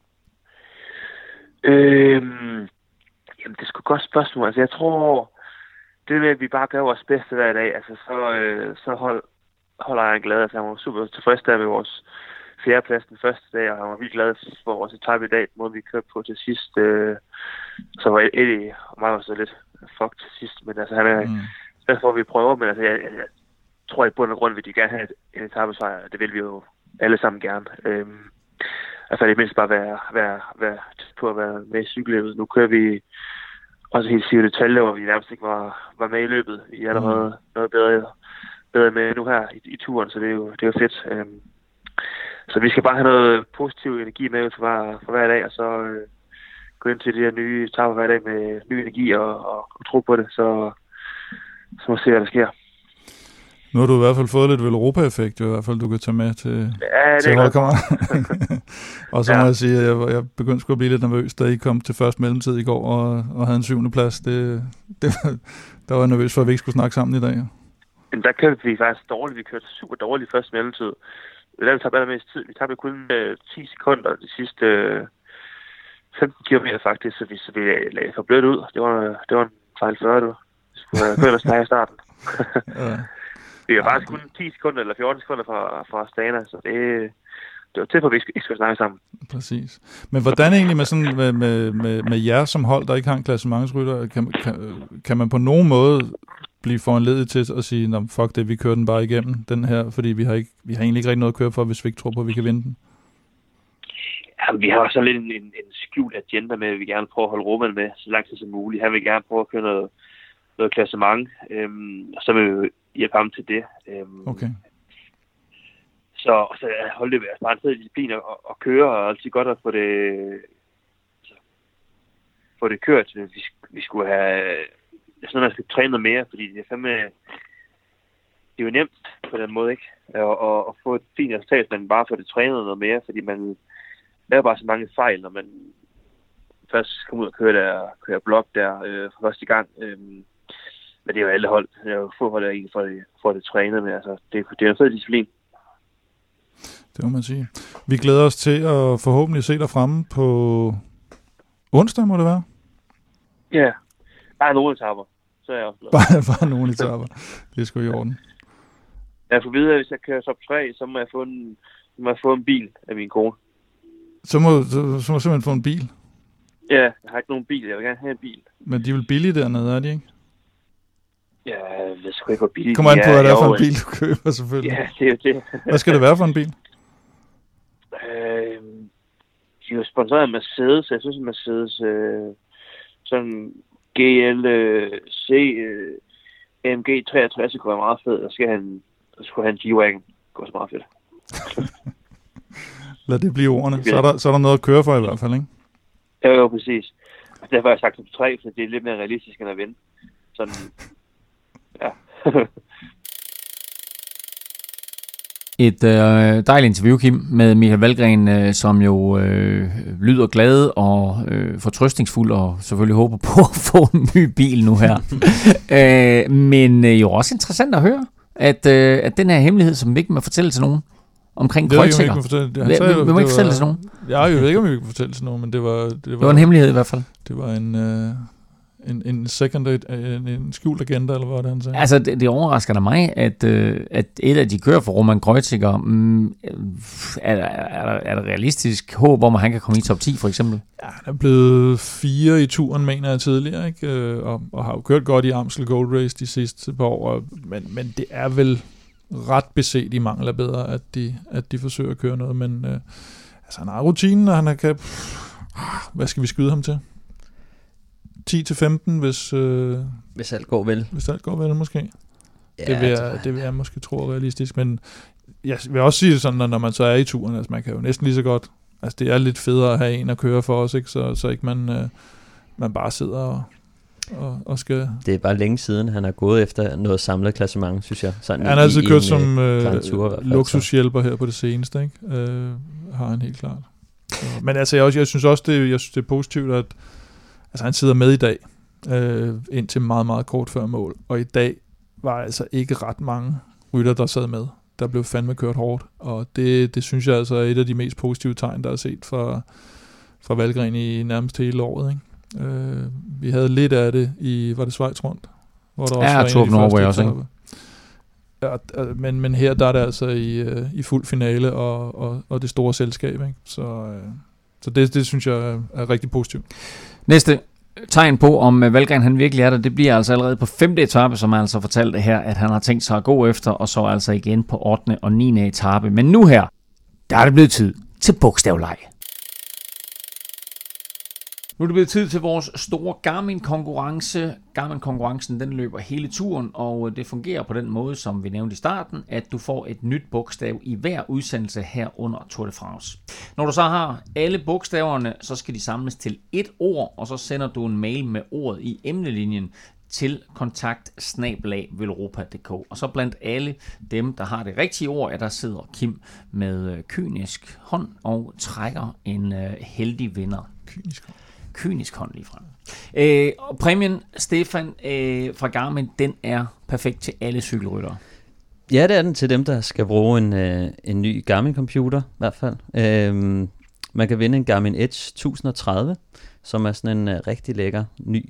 Jamen, det er sgu et godt spørgsmål. Altså, jeg tror, det med, at vi bare gør vores bedste hver dag, altså, så holder jeg glad. Altså, jeg var super tilfreds der med vores fjerdeplads den første dag, og jeg var vildt glad for vores etape i dag, den måde vi kørte på til sidst. Så var Eddie og mig også lidt fucked til sidst, men altså, han er derfor, vi prøver, men altså, jeg tror i bund og grund, vil de gerne have en etapesejr, det vil vi jo alle sammen gerne. Altså, det mindst bare være på at være med i cykelløbet. Nu kører vi også helt sikkert detaljer, hvor vi nærmest ikke var med i løbet. Vi er allerede noget bedre med nu her i turen, så det er jo fedt. Så vi skal bare have noget positiv energi med for hver dag, og så gå ind til de her nye etaper hver dag med ny energi og tro på det, så må vi se, hvad der sker. Nu har du i hvert fald fået lidt Velropa-effekt, i hvert fald du kan tage med til holdkammeraten. Og så må jeg sige, at jeg begyndte sgu at blive lidt nervøs, da I kom til første mellemtid i går og havde en 7. plads. Der var jeg nervøs for, at vi ikke skulle snakke sammen i dag. Men der kørte vi faktisk dårligt. Vi kørte super dårligt første mellemtid. Vi tabte allermest tid. Vi tabte kun 10 sekunder de sidste 15 kilometer faktisk, så vi lagde for blødt ud. Det var en fejl 40, du. Vi skulle have kørt og snakke i starten. Ja. Vi var faktisk kun 10 sekunder eller 14 sekunder fra Astana, så det var til for, at vi ikke skulle snakke sammen. Præcis. Men hvordan egentlig med jer som hold, der ikke har en klassementsrytter, kan man på nogen måde blive foranledet til at sige, nå, fuck det, vi kører den bare igennem, den her, fordi vi har egentlig ikke rigtig noget at køre for, hvis vi ikke tror på, at vi kan vinde den? Ja, vi har også lidt en skjult agenda med, at vi gerne prøver at holde Roman med så lang tid som muligt. Han vil gerne prøve at køre noget klassement, og så vil vi hjælpe ham til det. Okay. Så holde det bare en fed disciplin og køre, og altid godt at få det kørt. Vi skulle have sådan, man skal træne noget mere, fordi det er jo nemt på den måde, ikke? Og få et fint resultat, men bare få det trænet noget mere, fordi man laver bare så mange fejl, når man først kommer ud og kører blok der for første gang. Men det er jo alle hold. Det er jo få hold, der ikke får det trænet med. Altså, det er en fed disciplin. Det må man sige. Vi glæder os til at forhåbentlig se dig fremme på onsdag, må det være? Ja, bare nogle etaper. Så er jeg også glad. Bare nogle etaper. Det er sgu i orden. Jeg får videre, at hvis jeg kører top 3, så må jeg få en bil af min kone. Så må du simpelthen få en bil? Ja, jeg har ikke nogen bil. Jeg vil gerne have en bil. Men de er vel billige dernede, er de ikke? Ja, jeg sgu ikke, hvor billigt. Kom an på, hvad det er for en bil, du køber, selvfølgelig. Ja, det er jo det. Hvad skal det være for en bil? De er jo sponsoreret af Mercedes, så jeg synes, at Mercedes sådan GLC AMG 63 kunne være meget fed, og skulle have en G-Wagon. Det kunne også meget fedt. Lad det blive ordene. Så er der noget at køre for i hvert fald, ikke? Jo, præcis. Derfor har jeg sagt top 3, for det er lidt mere realistisk end at vinde. Sådan, ja. Et dejligt interview, Kim, med Michael Valgren, som jo lyder glad og fortrøstningsfuld, og selvfølgelig håber på at få en ny bil nu her. Men jo også interessant at høre, at den her hemmelighed, som vi ikke må fortælle til nogen, omkring Kreuziger. Vi må ikke fortælle det til nogen. Jeg ved ikke, om vi kan fortælle det til nogen, men det var en hemmelighed i hvert fald. Det var en skjult agenda, eller hvad det han sagde? Altså, det overrasker da mig, at et af de kører for Roman Kreuziger, er der realistisk håb om, at han kan komme i top 10, for eksempel? Ja, han er blevet 4 i turen, mener jeg tidligere, ikke? Og har jo kørt godt i Amstel Gold Race de sidste par år, men det er vel ret beset i mangel af bedre, at de forsøger at køre noget, men altså, han har rutinen, og han kan... Hvad skal vi skyde ham til? 10-15, hvis alt går vel. Hvis alt går vel, måske. Ja, det vil jeg måske tro er realistisk, men jeg vil også sige det sådan, at når man så er i turen, altså man kan jo næsten lige så godt, altså det er lidt federe at have en at køre for os, ikke? Så ikke man bare sidder og skal... Det er bare længe siden, han er gået efter noget samlet klassement, synes jeg. Sådan han har altid kørt som luksushjælper her på det seneste, ikke? Har han helt klart. Men altså, jeg synes også, det er positivt, at altså, han sidder med i dag, indtil meget, meget kort før mål. Og i dag var altså ikke ret mange rytter, der sad med. Der blev fandme kørt hårdt. Og det synes jeg altså er et af de mest positive tegn, der er set fra Valgren i nærmest hele året, ikke? Vi havde lidt af det i, var det Schweiz rundt? Hvor der også var Torben Norway også, ikke? Ja, men her der er det altså i fuld finale og det store selskab, ikke? Så det synes jeg er rigtig positivt. Næste tegn på, om Valgren han virkelig er der, det bliver altså allerede på 5. etape, som han altså fortalte her, at han har tænkt sig at gå efter, og så altså igen på 8. og 9. etape. Men nu her, der er det blevet tid til bogstavleg. Nu er det blevet tid til vores store Garmin-konkurrence. Garmin-konkurrencen den løber hele turen, og det fungerer på den måde, som vi nævnte i starten, at du får et nyt bogstav i hver udsendelse her under Tour de France. Når du så har alle bogstaverne, så skal de samles til et ord, og så sender du en mail med ordet i emnelinjen til kontakt@velropa.dk. Og så blandt alle dem, der har det rigtige ord, der sidder Kim med kynisk hånd og trækker en heldig vinder. Kynisk hånd lige frem. Og præmien, Stefan, fra Garmin, den er perfekt til alle cykelryttere. Ja, det er den til dem, der skal bruge en ny Garmin-computer, i hvert fald. Man kan vinde en Garmin Edge 1030, som er sådan en rigtig lækker, ny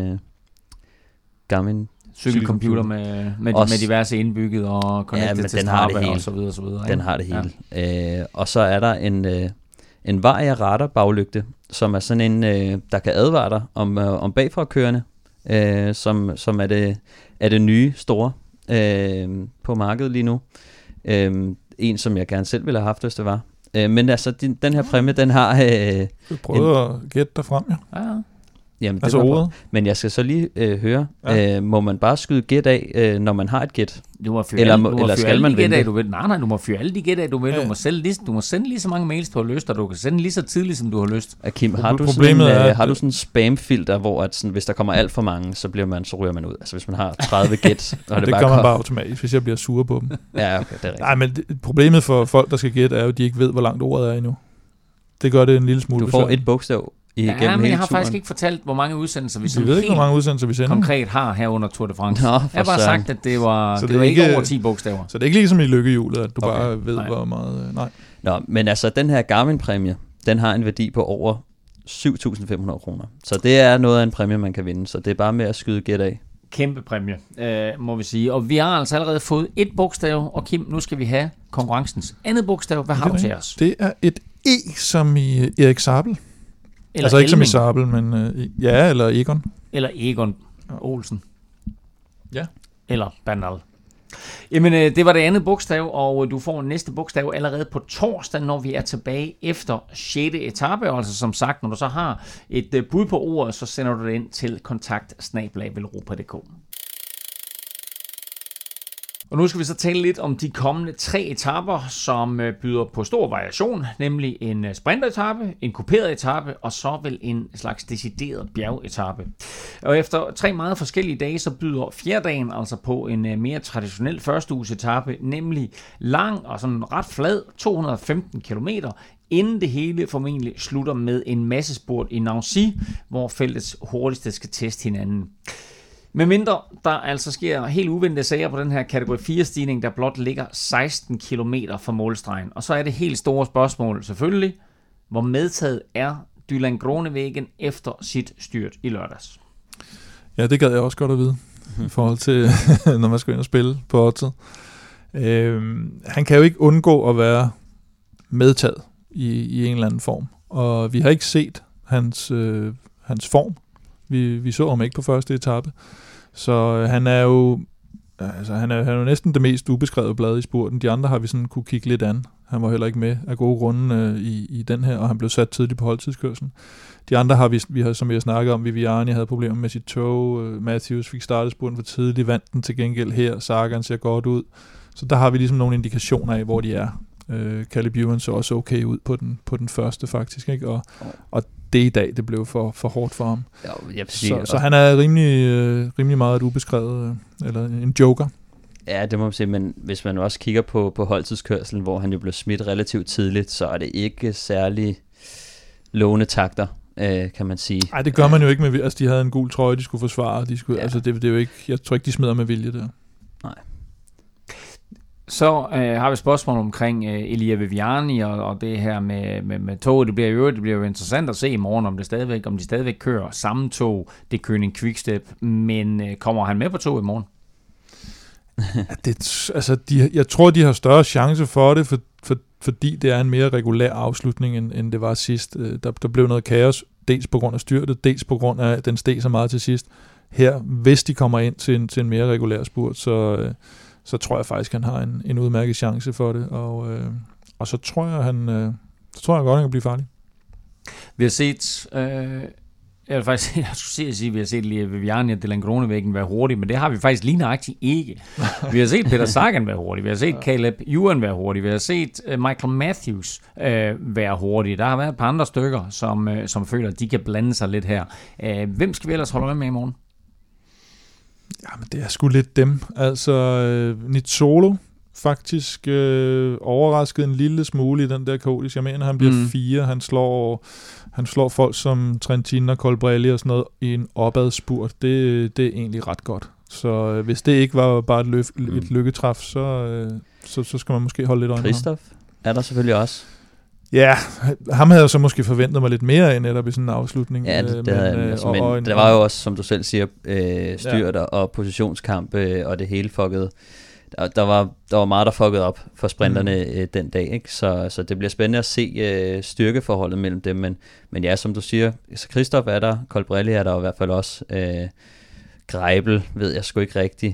Garmin cykelcomputer med diverse indbygget og connected til Strava og så videre, så videre. Den har det hele. Ja. Og så er der en Varia radar baglygte, som er sådan en, der kan advare dig om bagfrakørende, som er det nye store på markedet lige nu. En, som jeg gerne selv ville have haft, hvis det var. Men altså, den her præmie, den har... Du prøver at gætte dig frem, ja. Jamen, altså ordet. Men jeg skal så lige høre, må man bare skyde gæt af, når man har et gæt? Du må fyre eller skal man vente? Nej, du må fyre alle de gæt af, du vil. Ja. Du må sende lige så mange mails, du har lyst, og du kan sende lige så tidligt, som du har lyst. Kim, har du sådan en spamfilter, hvor at sådan, hvis der kommer alt for mange, så ryger man ud? Altså hvis man har 30 gæt, og det gør man bare automatisk, hvis jeg bliver sur på dem. Ja, okay, det er rigtigt. Nej, men problemet for folk, der skal gætte, er jo, at de ikke ved, hvor langt ordet er endnu. Det gør det en lille smule. Du får et bogstav. Men jeg har faktisk ikke fortalt, hvor mange udsendelser vi sender. Vi ved ikke, hvor mange udsendelser vi sender. Konkret har her under Tour de France. Jeg har bare sagt, at det var ikke over 10 bogstaver. Så det er ikke ligesom i lykkehjulet, at du bare ved, hvor meget... Nej. Nå, men altså, den her Garmin-præmie, den har en værdi på over 7.500 kroner. Så det er noget af en præmie, man kan vinde. Så det er bare med at skyde gæt af. Kæmpe præmie, må vi sige. Og vi har altså allerede fået et bogstav, og Kim, nu skal vi have konkurrencens andet bogstav. Hvad har du til os? Det er et E, som i Erik Sabel. Eller altså ikke som i Sabel, men eller Egon. Eller Egon Olsen. Ja. Eller Bernal. Jamen, det var det andet bogstav, og du får næste bogstav allerede på torsdag, når vi er tilbage efter 6. etape. Og altså som sagt, når du så har et bud på ordet, så sender du det ind til kontakt@velropa.dk. Og nu skal vi så tale lidt om de kommende 3 etaper, som byder på stor variation, nemlig en sprinteretape, en kuperet etape og så vel en slags decideret bjergetape. Og efter 3 meget forskellige dage, så byder 4. dagen altså på en mere traditionel førsteugesetape, nemlig lang og sådan ret flad, 215 km, inden det hele formentlig slutter med en massespurt i Nancy, hvor feltets hurtigste skal teste hinanden. Med mindre der altså sker helt uventede sager på den her kategori 4-stigning, der blot ligger 16 km fra målstregen. Og så er det helt store spørgsmål selvfølgelig, hvor medtaget er Dylan Groenewegen efter sit styrt i lørdags? Ja, det gad jeg også godt at vide, i forhold til, når man skal ind og spille på oddset. Han kan jo ikke undgå at være medtaget i en eller anden form. Og vi har ikke set hans form. Vi så ham ikke på første etape. Så han er jo han er jo næsten det mest ubeskrevede blad i spurten. De andre har vi sådan kunne kigge lidt an. Han var heller ikke med af gode grunde i den her, og han blev sat tidligt på holdtidskørslen. De andre har vi har, som vi har snakket om, Viviani havde problemer med sit tog, Matthews fik startet spurten for tidligt, vandt den til gengæld her, Sagan ser godt ud. Så der har vi ligesom nogle indikationer af, hvor de er. Caleb Ewan så også okay ud på den første faktisk, ikke? Og det i dag, det blev for hårdt for ham. Ja, så han er rimelig meget et ubeskrevet, eller en joker. Ja, det må man sige, men hvis man også kigger på holdtidskørselen, hvor han jo blev smidt relativt tidligt, så er det ikke særlig lovende takter, kan man sige. Nej, det gør man jo ikke med, altså de havde en gul trøje, de skulle forsvare, altså det er jo ikke, jeg tror ikke, de smider med vilje der. Nej. Så har vi et spørgsmål omkring Elia Viviani og det her med toget. Det bliver jo interessant at se i morgen, om de stadigvæk kører samme tog, det König Quickstep, men kommer han med på toget i morgen? Jeg tror, de har større chance for det, fordi det er en mere regulær afslutning, end det var sidst. Der blev noget kaos, dels på grund af styrtet, dels på grund af, at den steg så meget til sidst. Her, hvis de kommer ind til en mere regulær spurt, så tror jeg faktisk, han har en udmærket chance for det, og så tror jeg, han godt, han kan blive farlig. Vi har set... jeg skulle sige, at vi har set Viviani og Dylan Groenewegen være hurtige, men det har vi faktisk lige nøjagtigt ikke. Vi har set Peter Sagan være hurtig, vi har set Caleb Ewan være hurtig, vi har set Michael Matthews være hurtig. Der har været et par andre stykker, som føler, at de kan blande sig lidt her. Hvem skal vi ellers holde øje med i morgen? Jamen, det er sgu lidt dem. Altså, Nizzolo faktisk overrasket en lille smule i den der kodis. Jeg mener, han bliver 4. Han slår folk som Trentin og Colbrelli og sådan noget i en opad-spurt. Det er egentlig ret godt. Så hvis det ikke var bare et lykketræf, så skal man måske holde lidt øje med ham. Christoph er der selvfølgelig også. Ja, ham havde jeg så måske forventet mig lidt mere end netop i sådan en afslutning. Ja, men der var jo også, som du selv siger, styrt og positionskamp, og det hele fuckede. Der var meget, der fuckede op for sprinterne den dag, ikke? Så det bliver spændende at se styrkeforholdet mellem dem, men ja, som du siger, så Christoph er der, Colbrelli er der i hvert fald også, Greibel ved jeg sgu ikke rigtigt,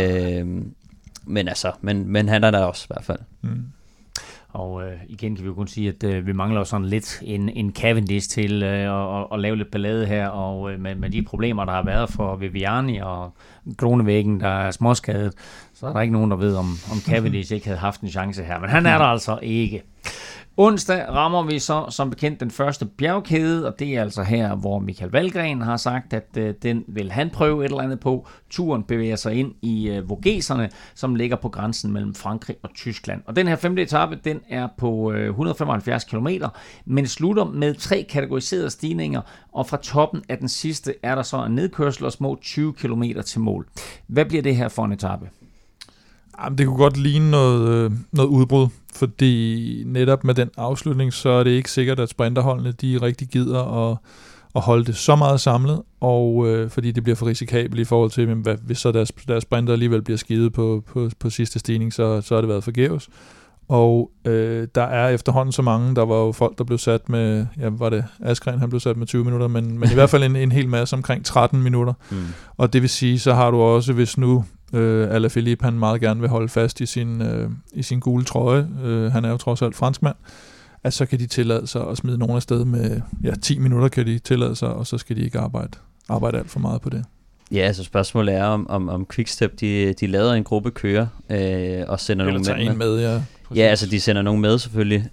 men han er der også i hvert fald. Og igen kan vi jo kun sige, at vi mangler sådan lidt en Cavendish til at lave lidt ballade her, og med de problemer, der har været for Viviani og Groenewegen, der er småskadet, så er der ikke nogen, der ved, om Cavendish ikke havde haft en chance her. Men han er der altså ikke. Onsdag rammer vi så som bekendt den første bjergkæde, og det er altså her, hvor Michael Valgren har sagt, at den vil han prøve et eller andet på. Turen bevæger sig ind i Vogeserne, som ligger på grænsen mellem Frankrig og Tyskland. Og den her 5. etape, den er på 175 km, men slutter med 3 kategoriserede stigninger, og fra toppen af den sidste er der så en nedkørsel og små 20 km til mål. Hvad bliver det her for en etape? Jamen, det kunne godt ligne noget udbrud, fordi netop med den afslutning, så er det ikke sikkert, at sprinterholdene de rigtig gider at holde det så meget samlet, og fordi det bliver for risikabelt i forhold til, hvis så deres sprinter alligevel bliver skidet på sidste stigning, så har det været forgæves. Og der er efterhånden så mange, der var jo folk, der blev sat med, var det Askren, han blev sat med 20 minutter, men i hvert fald en hel masse omkring 13 minutter. Og det vil sige, så har du også, hvis nu Alaphilippe, han meget gerne vil holde fast i sin gule trøje, han er jo trods alt franskmand, at så kan de tillade sig at smide nogen afsted med, 10 minutter kan de tillade sig, og så skal de ikke arbejde alt for meget på det. Ja, altså spørgsmålet er, om Quickstep, de lader en gruppe køre og sender nogen med. Ja, ja, altså de sender nogen med selvfølgelig.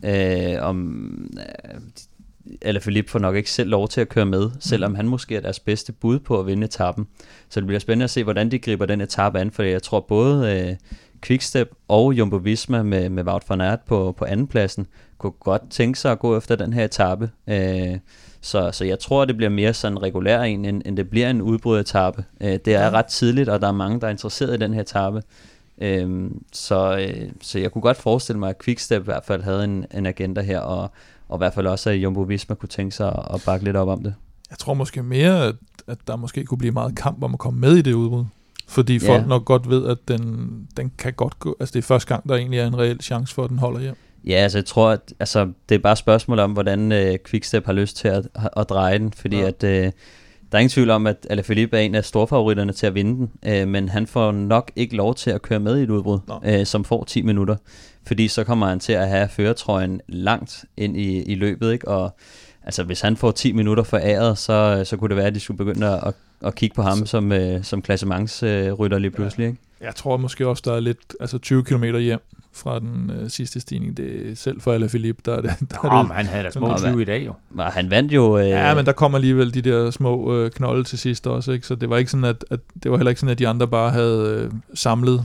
Alaphilippe får nok ikke selv lov til at køre med, selvom han måske er deres bedste bud på at vinde etappen. Så det bliver spændende at se, hvordan de griber den etape an, for jeg tror både Quickstep og Jumbo Visma med Wout van Aert på andenpladsen kunne godt tænke sig at gå efter den her etape. Så jeg tror, det bliver mere sådan regulær end det bliver en udbrudetape. Det er ret tidligt, og der er mange, der er interesseret i den her etape. Så jeg kunne godt forestille mig, at Quickstep i hvert fald havde en agenda her, og i hvert fald også, at Jumbo Visma kunne tænke sig at bakke lidt op om det. Jeg tror måske mere, at der måske kunne blive meget kamp om at komme med i det udbrud. Fordi folk nok godt ved, at den kan godt gå. Altså det er første gang, der egentlig er en reel chance for, at den holder hjem. Ja, altså jeg tror, at det er bare et spørgsmål om, hvordan Quickstep har lyst til at dreje den. Fordi at der er ingen tvivl om, at Alaphilippe er en af storfavoritterne til at vinde den. Men han får nok ikke lov til at køre med i et udbrud, som får 10 minutter. Fordi så kommer han til at have førertrøjen langt ind i løbet, ikke? Og altså hvis han får 10 minutter foræret, så kunne det være, at de skulle begynde at kigge på ham som klassementsrytter lige pludselig, ikke? Jeg tror måske også, der er lidt, 20 km hjem fra den sidste stigning. Det er selv for Alaphilippe, der er det. Men han havde da små 20 i dag jo. Han vandt jo... Ja, men der kommer alligevel de der små knolde til sidst også, ikke? Så det var ikke sådan, at det var heller ikke sådan, at de andre bare havde samlet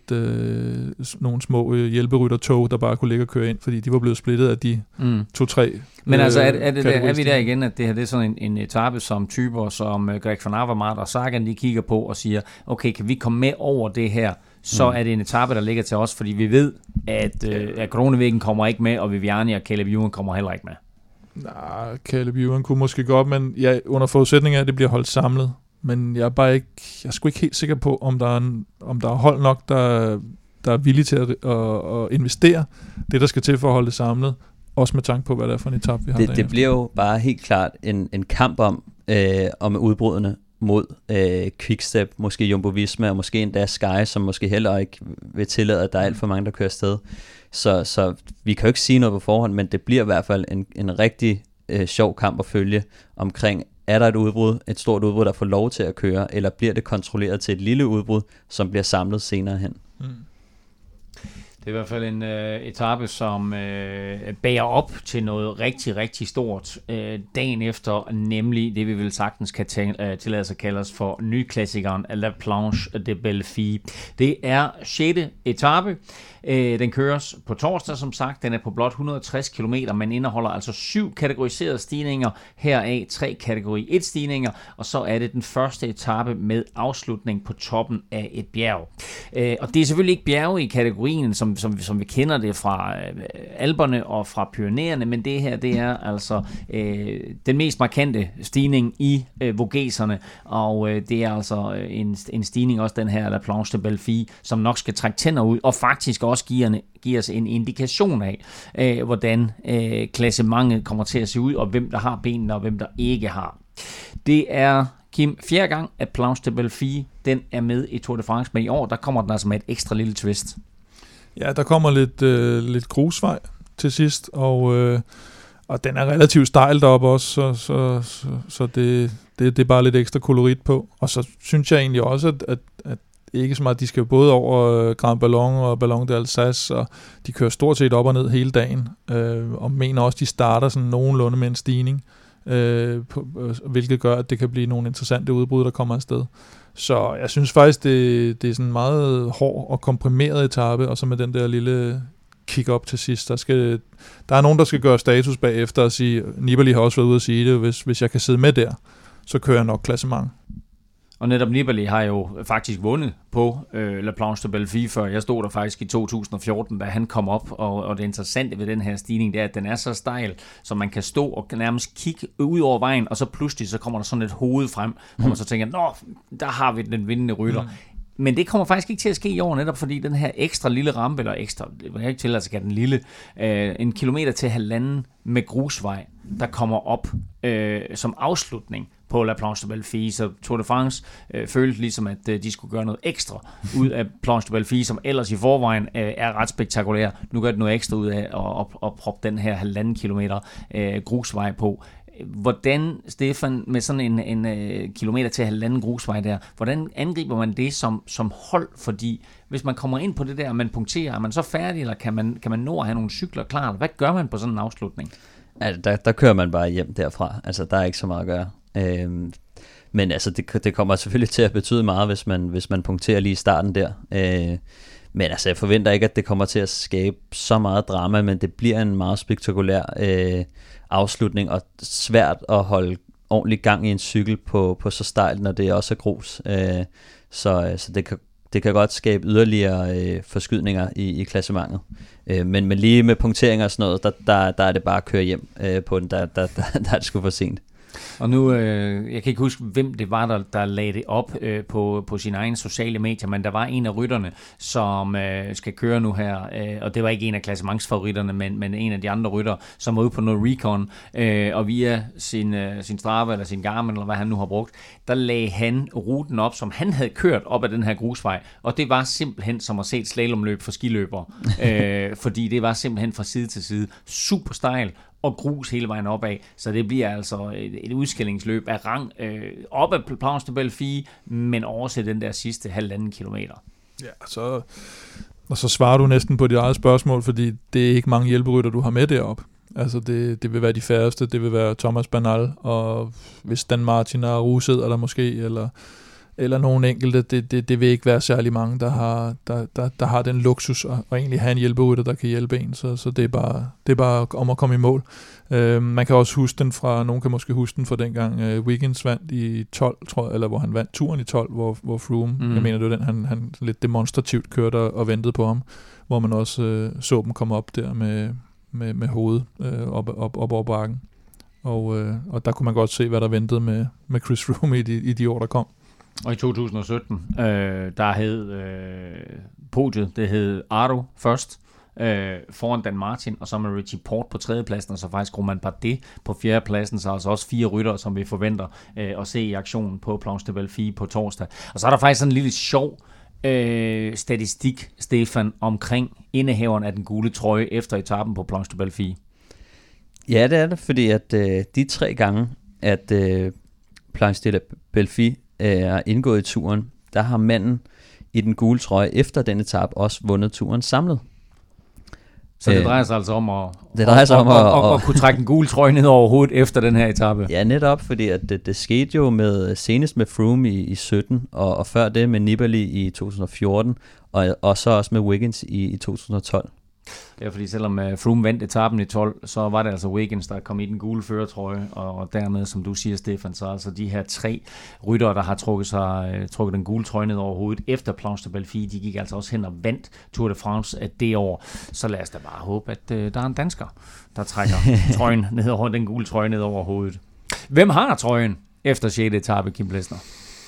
nogle små hjælperyttertog, der bare kunne ligge og køre ind, fordi de var blevet splittet af de 2-3. Men altså, er vi der igen, at det her det er sådan en etape, som typer som Greg van Avermaet og Sagan, de kigger på og siger, okay, kan vi komme med over det her, så er det en etape, der ligger til os, fordi vi ved, at Groenewegen kommer ikke med, og Viviani og Caleb Ewan kommer heller ikke med. Nej, Caleb Ewan kunne måske godt, men under forudsætning af, at det bliver holdt samlet. Men jeg er sgu ikke helt sikker på, om der er hold nok, der er villige til at investere det, der skal til for at holde det samlet. Også med tanke på, hvad det er for en etape, vi har. Det bliver jo bare helt klart en kamp om udbrudene mod Quickstep, måske Jumbo Visma, og måske endda Sky, som måske heller ikke vil tillade, at der er alt for mange, der kører afsted. Så vi kan jo ikke sige noget på forhånd, men det bliver i hvert fald en rigtig sjov kamp at følge omkring, er der et stort udbrud, der får lov til at køre, eller bliver det kontrolleret til et lille udbrud, som bliver samlet senere hen? Det er i hvert fald en etape, som bærer op til noget rigtig, rigtig stort dagen efter, nemlig det, vi vil sagtens kan tillade sig kaldes for nyklassikeren La Planche de Belfi. Det er 6. etape. Den køres på torsdag, som sagt. Den er på blot 160 km, men indeholder altså 7 kategoriserede stigninger, heraf 3 kategori 1 stigninger, og så er det den første etape med afslutning på toppen af et bjerg. Og det er selvfølgelig ikke bjerge i kategorien, som vi kender det fra Alperne og fra Pyrenæerne, men det her, det er altså den mest markante stigning i Vogeserne, og det er altså en stigning også den her La Planche de Belfi, som nok skal trække tænder ud, og faktisk også giver os en indikation af, hvordan klassementet kommer til at se ud, og hvem der har benene, og hvem der ikke har. Det er, Kim, 4. gang, at Planche de Belfi, den er med i Tour de France, men i år, der kommer den altså med et ekstra lille twist. Ja, der kommer lidt grusvej til sidst, og den er relativt stejl deroppe også, så det er bare lidt ekstra kolorit på. Og så synes jeg egentlig også, at ikke så meget, de skal jo både over Grand Ballon og Ballon d'Alsace, og de kører stort set op og ned hele dagen, og mener også, de starter sådan nogenlunde med en stigning, hvilket gør, at det kan blive nogle interessante udbrud, der kommer afsted. Så jeg synes faktisk, det er sådan en meget hård og komprimeret etape, og så med den der lille kick-up til sidst. Der er nogen, der skal gøre status bagefter og sige, Nibali har også været ude at sige det, hvis jeg kan sidde med der, så kører jeg nok klassement. Og netop Nibali har jo faktisk vundet på La Planche de Belfi før. Jeg stod der faktisk i 2014, da han kom op, og det interessante ved den her stigning, det er, at den er så stejl, så man kan stå og nærmest kigge ud over vejen, og så pludselig så kommer der sådan et hoved frem, hvor man så tænker, der har vi den vindende rytter. Men det kommer faktisk ikke til at ske i år, netop fordi den her ekstra lille rampe, eller ekstra, det vil jeg ikke tillade sig at den lille, 1 kilometer til 1,5 med grusvej, der kommer op som afslutning på La Planche de Belfi, så Tour de France følte ligesom, at de skulle gøre noget ekstra ud af Planche de Belfi, som ellers i forvejen er ret spektakulær. Nu gør det noget ekstra ud af at proppe den her 1,5 kilometer grusvej på. Hvordan, Stefan, med sådan en kilometer til 1,5 grusvej der, hvordan angriber man det som hold? Fordi hvis man kommer ind på det der, og man punkterer, er man så færdig, eller kan man nå at have nogle cykler klar? Hvad gør man på sådan en afslutning? Altså, der kører man bare hjem derfra. Altså, der er ikke så meget at gøre. Men altså, det kommer selvfølgelig til at betyde meget, hvis man punkterer lige i starten der. Men altså, jeg forventer ikke, at det kommer til at skabe så meget drama, men det bliver en meget spektakulær afslutning, og svært at holde ordentlig gang i en cykel på så stejlt, når det også er grus. Så det kan godt skabe yderligere forskydninger i klassementet. Men lige med punkteringer og sådan noget, der er det bare at køre hjem på den, der er det sgu for sent. Og nu, jeg kan ikke huske, hvem det var, der lagde det op på sine egne sociale medier, men der var en af rytterne, som skal køre nu her, og det var ikke en af klassementsfavoritterne, men en af de andre rytter, som var ude på noget recon, og via sin Strava eller sin Garmin, eller hvad han nu har brugt, der lagde han ruten op, som han havde kørt op ad den her grusvej, og det var simpelthen som at se et slalomløb for skiløbere, fordi det var simpelthen fra side til side super stejl, og grus hele vejen opad, så det bliver altså et udskillingsløb af rang op ad Planche de Belfi, men oversæt den der sidste 1,5 kilometer. Ja, så Og så svarer du næsten på dit eget spørgsmål, fordi det er ikke mange hjælperytter, du har med derop. Altså det vil være de færreste, det vil være Thomas Bernal, og hvis Dan Martin og Aru sidder der måske, eller nogen enkelte, det vil ikke være særlig mange, der har den luksus og egentlig have en hjælperytter, der kan hjælpe en, så det er bare om at komme i mål. Man kan også huske den fra, nogen kan måske huske den fra dengang Wiggins vandt i 12, tror jeg, eller hvor han vandt turen i 12, hvor Froome, jeg mener det var den, han lidt demonstrativt kørte og ventede på ham, hvor man også så dem komme op der med hovedet op over bakken. Og der kunne man godt se, hvad der ventede med Chris Froome i de år, der kom. Og i 2017, der hed podiet, det hed Ardo først, foran Dan Martin, og så med Richie Porte på tredjepladsen, og så faktisk Romain Bardet på fjerdepladsen, så altså også 4 ryttere, som vi forventer at se i aktionen på Planche de Belfi på torsdag. Og så er der faktisk sådan en lille sjov statistik, Stefan, omkring indehaveren af den gule trøje efter etappen på Planche de Belfi. Ja, det er det, fordi at de 3 gange, at Planche de Belfi er indgået i turen, der har manden i den gule trøje efter den etape også vundet turen samlet. Så det drejer sig altså om at kunne trække den gule trøje ned over hovedet efter den her etape. Ja, netop, fordi at det skete jo senest med Froome i 17, og før det med Nibali i 2014, og så også med Wiggins i 2012. Ja, fordi selvom Froome vandt etappen i 12, så var det altså Wiggins, der kom i den gule førertrøje, og dermed, som du siger, Stefan, så altså de her 3 ryttere, der har trukket den gule trøje ned over hovedet efter Planche de Belfi, de gik altså også hen og vandt Tour de France det år. Så lad os da bare håbe, at der er en dansker, der trækker trøjen ned over den gule trøje ned over hovedet. Hvem har trøjen efter 6. etape, Kim Plesner?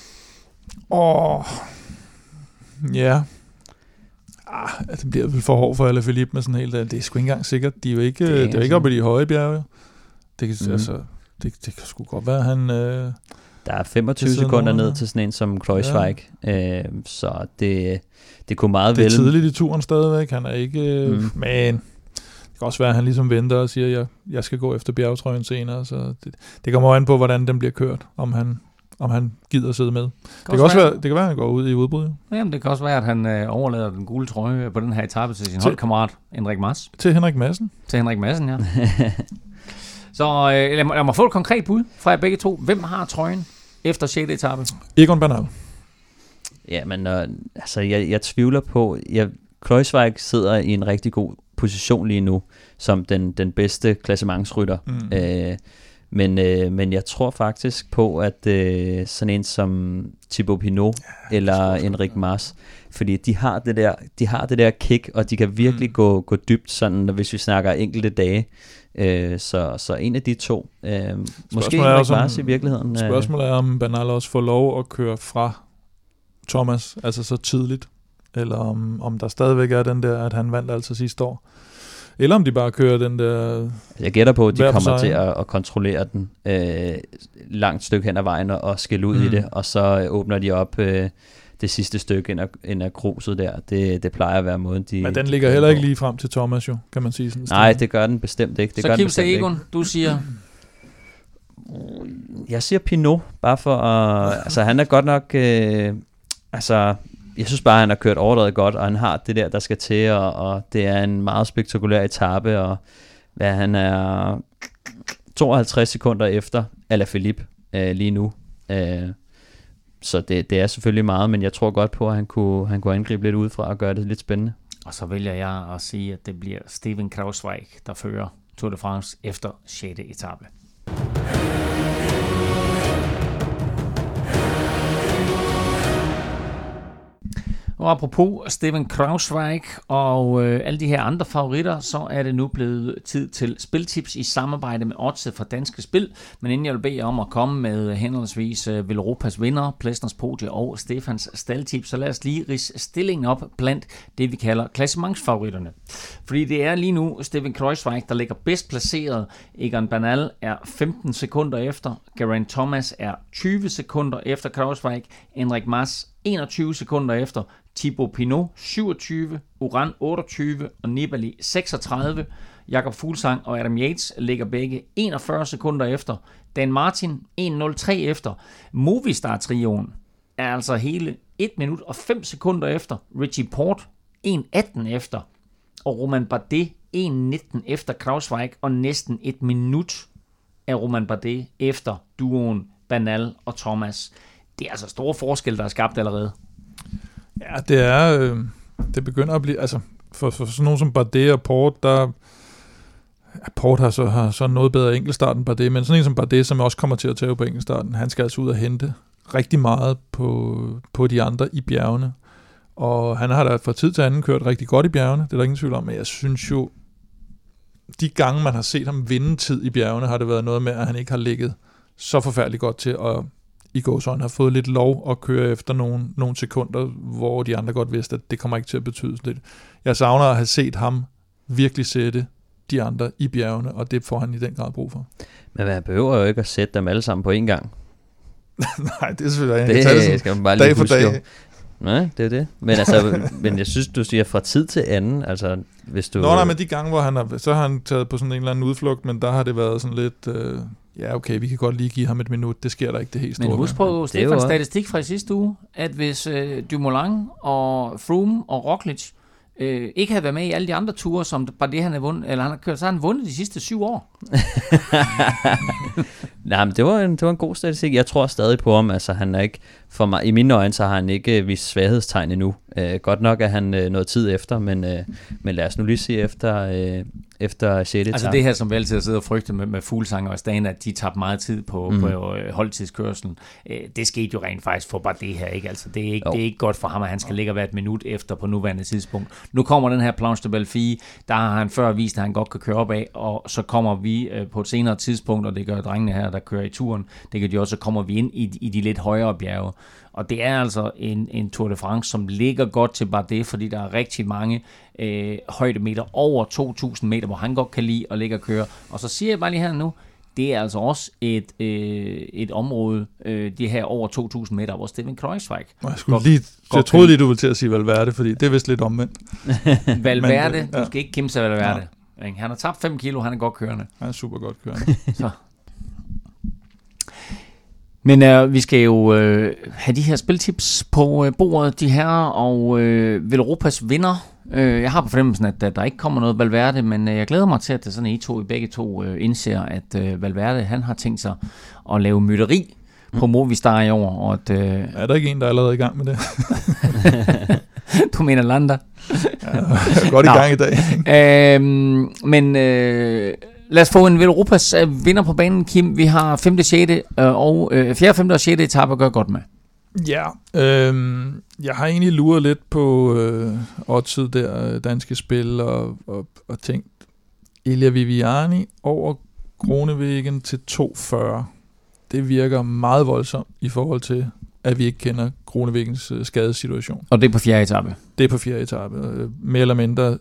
Ja. Det bliver vel for hårdt for Alaphilippe med sådan helt. Det er sgu ikke engang sikkert. De er jo ikke, det er ikke oppe i de høje bjerge. Det kan sgu godt være, han... Der er 25 sekunder ned til sådan en som Kruijswijk. Ja. Så det kunne meget vel... Det er tidligt i turen stadigvæk. Han er ikke... Men det kan også være, at han ligesom venter og siger, jeg skal gå efter bjergetrøjen senere. Så det kommer an på, hvordan den bliver kørt. Om han gider sidde med. Det kan være, at han går ud i udbrud. Jamen, det kan også være, at han overlader den gule trøje på den her etape til sin holdkammerat, Henrik Mas. Til Henrik Madsen. Til Henrik Madsen, ja. Så lad mig få et konkret bud fra jer begge to. Hvem har trøjen efter 6. etape? Egon Bernal. Ja, men altså, jeg tvivler på... Kruijswijk sidder i en rigtig god position lige nu, som den bedste klassementsrytter. Men jeg tror faktisk på, at sådan en som Thibaut Pinot eller Enric Mas, fordi de har det der kick, og de kan virkelig gå dybt, sådan, hvis vi snakker enkelte dage. Så en af de 2. Måske Enric Mas i virkeligheden. Spørgsmålet er, om Bernal også får lov at køre fra Thomas, altså så tidligt, eller om der stadigvæk er den der, at han vandt altså sidste år. Eller om de bare kører den der... Jeg gætter på, at de kommer til at kontrollere den langt stykke hen ad vejen og skille ud i det, og så åbner de op det sidste stykke ind af gruset der. Det plejer at være måden, de... Men den ligger heller ikke lige frem til Thomas, jo, kan man sige. Sådan Nej, det gør den bestemt ikke. Så Kim Egon, du siger... Jeg siger Pinot, bare for at... Altså, han er godt nok... Jeg synes bare, han har kørt overdrevet godt, og han har det der skal til, og det er en meget spektakulær etape, og han er 52 sekunder efter Alaphilippe lige nu. Så det er selvfølgelig meget, men jeg tror godt på, at han kunne angribe lidt udefra og gøre det lidt spændende. Og så vælger jeg at sige, at det bliver Steven Kruijswijk, der fører Tour de France efter 6. etape. Og apropos Steven Kruijswijk og alle de her andre favoritter, så er det nu blevet tid til spiltips i samarbejde med Odds fra Danske Spil. Men inden jeg vil bede jer om at komme med henholdsvis Velropas vinder, Plesners podie og Stefans staldtips, så lad os lige ridse stillingen op blandt det, vi kalder klassementsfavoritterne. Fordi det er lige nu Steven Kruijswijk, der ligger bedst placeret. Egan Bernal er 15 sekunder efter. Geraint Thomas er 20 sekunder efter Kruijswijk. Enric Mas 21 sekunder efter. Thibaut Pinot 27, Uran 28 og Nibali 36. Jakob Fuglsang og Adam Yates ligger begge 41 sekunder efter. Dan Martin 1.03 efter. Movistar-trioen er altså hele 1 minut og 5 sekunder efter. Richie Porte 1.18 efter, og Romain Bardet 1.19 efter Kruijswijk, og næsten 1 minut af Romain Bardet efter duoen Bernal og Thomas. Det er altså store forskel, der er skabt allerede. Ja, det begynder at blive, altså for sådan nogen som Bardet og Port, Port har så noget bedre enkeltstart end Bardet, men sådan en som Bardet, som også kommer til at tage på enkeltstarten, han skal altså ud og hente rigtig meget på de andre i bjergene. Og han har da fra tid til anden kørt rigtig godt i bjergene, det er der ingen tvivl om, men jeg synes jo, de gange man har set ham vinde tid i bjergene, har det været noget med, at han ikke har ligget så forfærdeligt godt til at i gåsøjne har fået lidt lov at køre efter nogle sekunder, hvor de andre godt vidste, at det kommer ikke til at betyde lidt. Jeg savner at have set ham virkelig sætte de andre i bjergene, og det får han i den grad brug for. Men man behøver jo ikke at sætte dem alle sammen på en gang. Nej, det er selvfølgelig ikke. Det skal man bare lige huske. Dag. Nej, det er det. Men jeg synes, du siger fra tid til anden, altså hvis du... Nej, men de gange, hvor så har han taget på sådan en eller anden udflugt, men der har det været sådan lidt... ja, okay, vi kan godt lige give ham et minut. Det sker der ikke det helt store. Men husk på Stefans statistik fra sidste uge, at hvis Dumoulin og Froome og Roglic ikke havde været med i alle de andre ture, som bare det han har vundet, eller han har kørt, så har han vundet de sidste 7 år. Nej, men det var en god statistik. Jeg tror stadig på ham. Altså, han er ikke, for mig, i mine øjne, så har han ikke vist svaghedstegn endnu. Godt nok er han noget tid efter, men lad os nu lige se efter 6. etape. Altså det her, som vi altid har siddet og frygtet med Fuglsang og Astana, at de tabte meget tid på holdtidskørselen. Det skete jo rent faktisk for bare det her, ikke? Altså det er ikke godt for ham, at han skal ligge og være et minut efter på nuværende tidspunkt. Nu kommer den her Planche de Belfi, der har han før vist, at han godt kan køre op af, og så kommer vi på et senere tidspunkt, og det gør drengene her, der kører i turen, det kan de også, så kommer vi ind i de lidt højere bjerge. Og det er altså en Tour de France, som ligger godt til Bardet, fordi der er rigtig mange højdemeter over 2.000 meter, hvor han godt kan lide at ligge og køre. Og så siger jeg bare lige her nu, det er altså også et område, de her over 2.000 meter, hvor Steven Kruijswijk. Jeg troede lige, du ville til at sige Valverde, fordi det er vist lidt omvendt. Valverde, du skal ikke kæmpe sig Valverde. Ja. Han har tabt 5 kilo, han er godt kørende. Han er super godt kørende. Så. Men vi skal jo have de her spiltips på bordet, de her, og Velropas vinder. Jeg har på fornemmelsen, at der ikke kommer noget Valverde, men jeg glæder mig til, at det sådan I begge to indser, at Valverde, han har tænkt sig at lave mytteri på Movistar i år. Og at, er der ikke en, der er allerede i gang med det? Du mener Landa? Ja, godt i gang i dag. Men lad os få en Velropas vinder på banen, Kim. Vi har 5., 6. og 4., 5. og 6. etape at gøre godt med. Ja, jeg har egentlig luret lidt på oddset der, Danske Spil, og tænkt Ilja Viviani over Groenewegen til 2,40. Det virker meget voldsomt i forhold til, at vi ikke kender Groenewegens skadesituation. Og det er på 4. etape? Det er på 4. etape. Mere eller mindre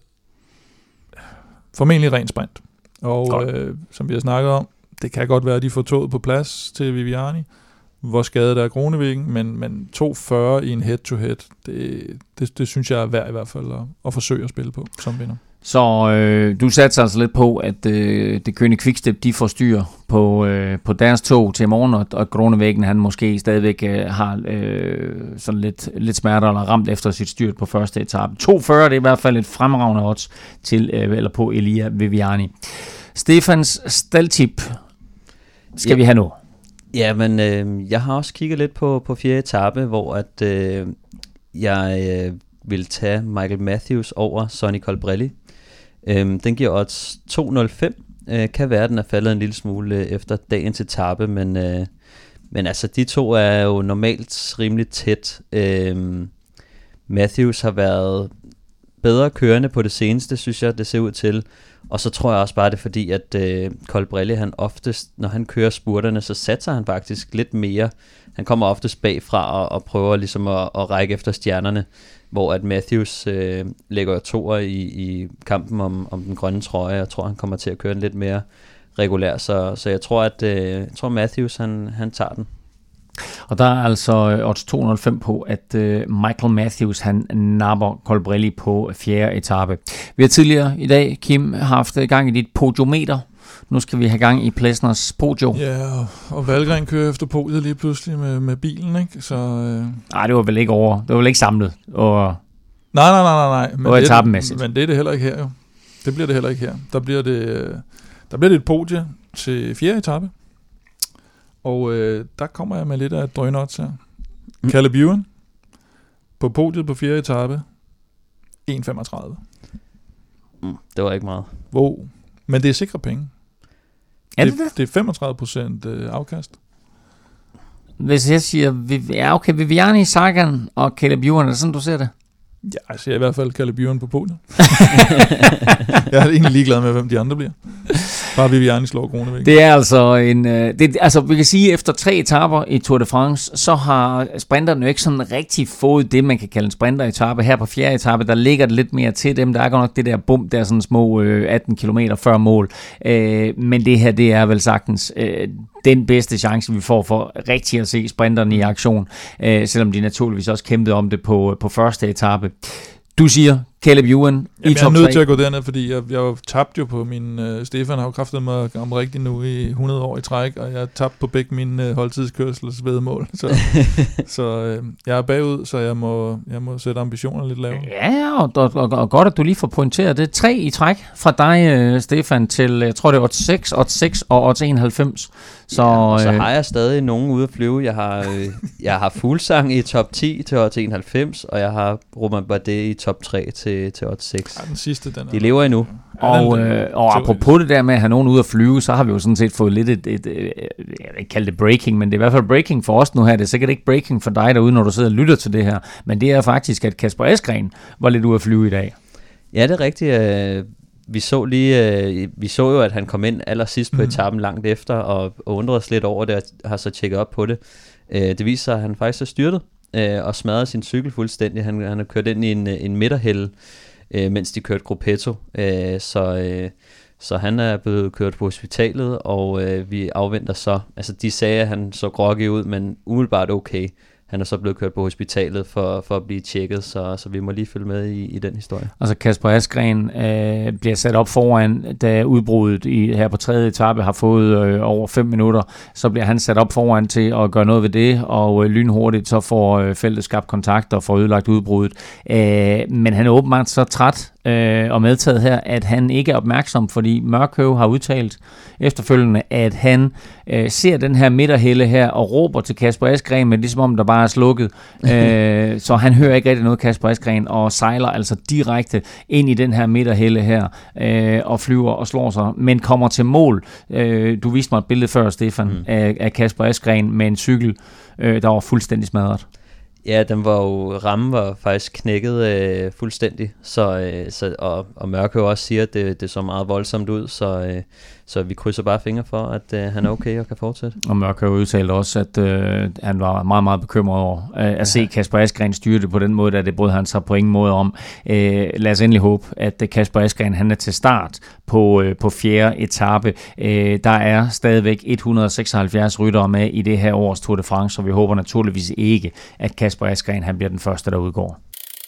formentlig ren sprint. Og som vi har snakket om, det kan godt være, at de får toget på plads til Viviani, hvor skadet er Groenewegen, men 2,40 i en head-to-head, det synes jeg er værd i hvert fald at forsøge at spille på som vinder. Så du satser altså lidt på, at det Kønne Quickstep, de får styr på deres tog til morgen, og Groenewegen, han måske stadigvæk har sådan lidt smerter eller ramt efter sit styrt på første etape. 2,40, det er i hvert fald et fremragende odds til, eller på Ilja Viviani. Stefans staldtip skal vi have nu. Ja, men jeg har også kigget lidt på 4. etape, hvor at jeg vil tage Michael Matthews over Sonny Colbrelli. Den giver odds 2,05. Kan være, den er faldet en lille smule efter dagens etape, men altså de to er jo normalt rimelig tæt. Matthews har været bedre kørende på det seneste, synes jeg, det ser ud til. Og så tror jeg også bare, det er fordi, at Colbrelli, han oftest, når han kører spurterne, så satser han faktisk lidt mere. Han kommer oftest bagfra og prøver ligesom at række efter stjernerne, hvor at Matthews lægger toer i kampen om den grønne trøje. Jeg tror, han kommer til at køre den lidt mere regulær, så jeg tror, at Matthews, han tager den. Og der er altså odds 205 på, at Michael Matthews, han napper Colbrelli på 4. etape. Vi har tidligere i dag, Kim, haft gang i dit podiometer. Nu skal vi have gang i Plesners podio. Ja, og Valgren kører efter podiet lige pludselig med bilen, ikke? Så nej, det var vel ikke over. Det var vel ikke samlet. Og Nej. Men og etappemæssigt. Men det er det heller ikke her, jo. Det bliver det heller ikke her. Der bliver det et podie til 4. etape. Og der kommer jeg med lidt af et drønodds her. Caleb Ewan på podiet på 4. etape. 1,35. Det var ikke meget. Wow. Men det er sikre penge. Det er 35% afkast. Hvis jeg siger, Viviani, Sagan og Caleb Ewan, er det sådan, du ser det? Ja, jeg ser i hvert fald Caleb Ewan på podiet. Jeg er egentlig ligeglad med, hvem de andre bliver. Bare Viviani slår Groenewegen. Det er altså vi kan sige, at efter 3 etaper i Tour de France, så har sprinterne jo ikke sådan rigtig fået det, man kan kalde en sprinteretape. Her på 4. etape, der ligger det lidt mere til dem. Der er godt nok det der bump, der er sådan små 18 kilometer før mål. Men det her, det er vel sagtens den bedste chance, vi får for rigtig at se sprinterne i aktion. Selvom de naturligvis også kæmpede om det på første etape. Du siger Caleb Ewan i top 3. Jeg er nødt til at gå derned, fordi jeg tabte jo på min... Stefan har jo kraftet mig om rigtig nu i 100 år i træk, og jeg tabte på begge mine holdtidskørsels vedmål. Så jeg er bagud, så jeg må sætte ambitioner lidt lavere. Ja, og godt, at du lige får pointeret det. 3 i træk fra dig, Stefan, til, jeg tror det er 86, 86 og 91. Så, og så har jeg stadig nogen ude at flyve. Jeg har Fuglsang i top 10 til 91, og jeg har Romain Bardet i top 3 til 86. Ja, den sidste, de lever endnu. Og apropos det der med at have nogen ude at flyve, så har vi jo sådan set fået lidt jeg vil ikke kalde det breaking, men det er i hvert fald breaking for os nu her. Det er sikkert ikke breaking for dig derude, når du sidder og lytter til det her, men det er faktisk, at Kasper Asgreen var lidt ude at flyve i dag. Ja, det er rigtigt. Vi så jo, at han kom ind allersidst på etappen langt efter, og undrede os lidt over det, og har så tjekket op på det. Det viser sig, at han faktisk har styrtet og smadret sin cykel fuldstændig. Han har kørt ind i en midterhælde, mens de kørte Gruppetto. Så han er blevet kørt på hospitalet, og vi afventer så. Altså, de sagde, at han så groggy ud, men umiddelbart okay. Han er så blevet kørt på hospitalet for at blive tjekket, så vi må lige følge med i den historie. Altså Kasper Asgreen bliver sat op foran, da udbruddet her på 3. etape har fået over 5 minutter, så bliver han sat op foran til at gøre noget ved det, og lynhurtigt så får feltet skabt kontakt og får ødelagt udbruddet. Men han er åbenbart så træt og medtaget her, at han ikke er opmærksom, fordi Mørkøv har udtalt efterfølgende, at han ser den her midterhælde her og råber til Kasper Asgreen, men ligesom om der bare er slukket. Så han hører ikke rigtig noget, Kasper Asgreen, og sejler altså direkte ind i den her midterhælde her og flyver og slår sig, men kommer til mål. Du viste mig et billede før, Stefan, af Kasper Asgreen med en cykel, der var fuldstændig smadret. Ja, rammen var faktisk knækket fuldstændig, og Mørkøv også siger, at det så meget voldsomt ud, så vi krydser bare fingre for, at han er okay og kan fortsætte. Og Mørkøv udtalte også, at han var meget, meget bekymret over at se Kasper Asgreen styre det på den måde, at det brød han sig på ingen måde om. Lad os endelig håbe, at Kasper Asgreen han er til start på 4. etape. Der er stadigvæk 176 ryttere med i det her års Tour de France, så vi håber naturligvis ikke, at Kasper Asgreen han bliver den første, der udgår.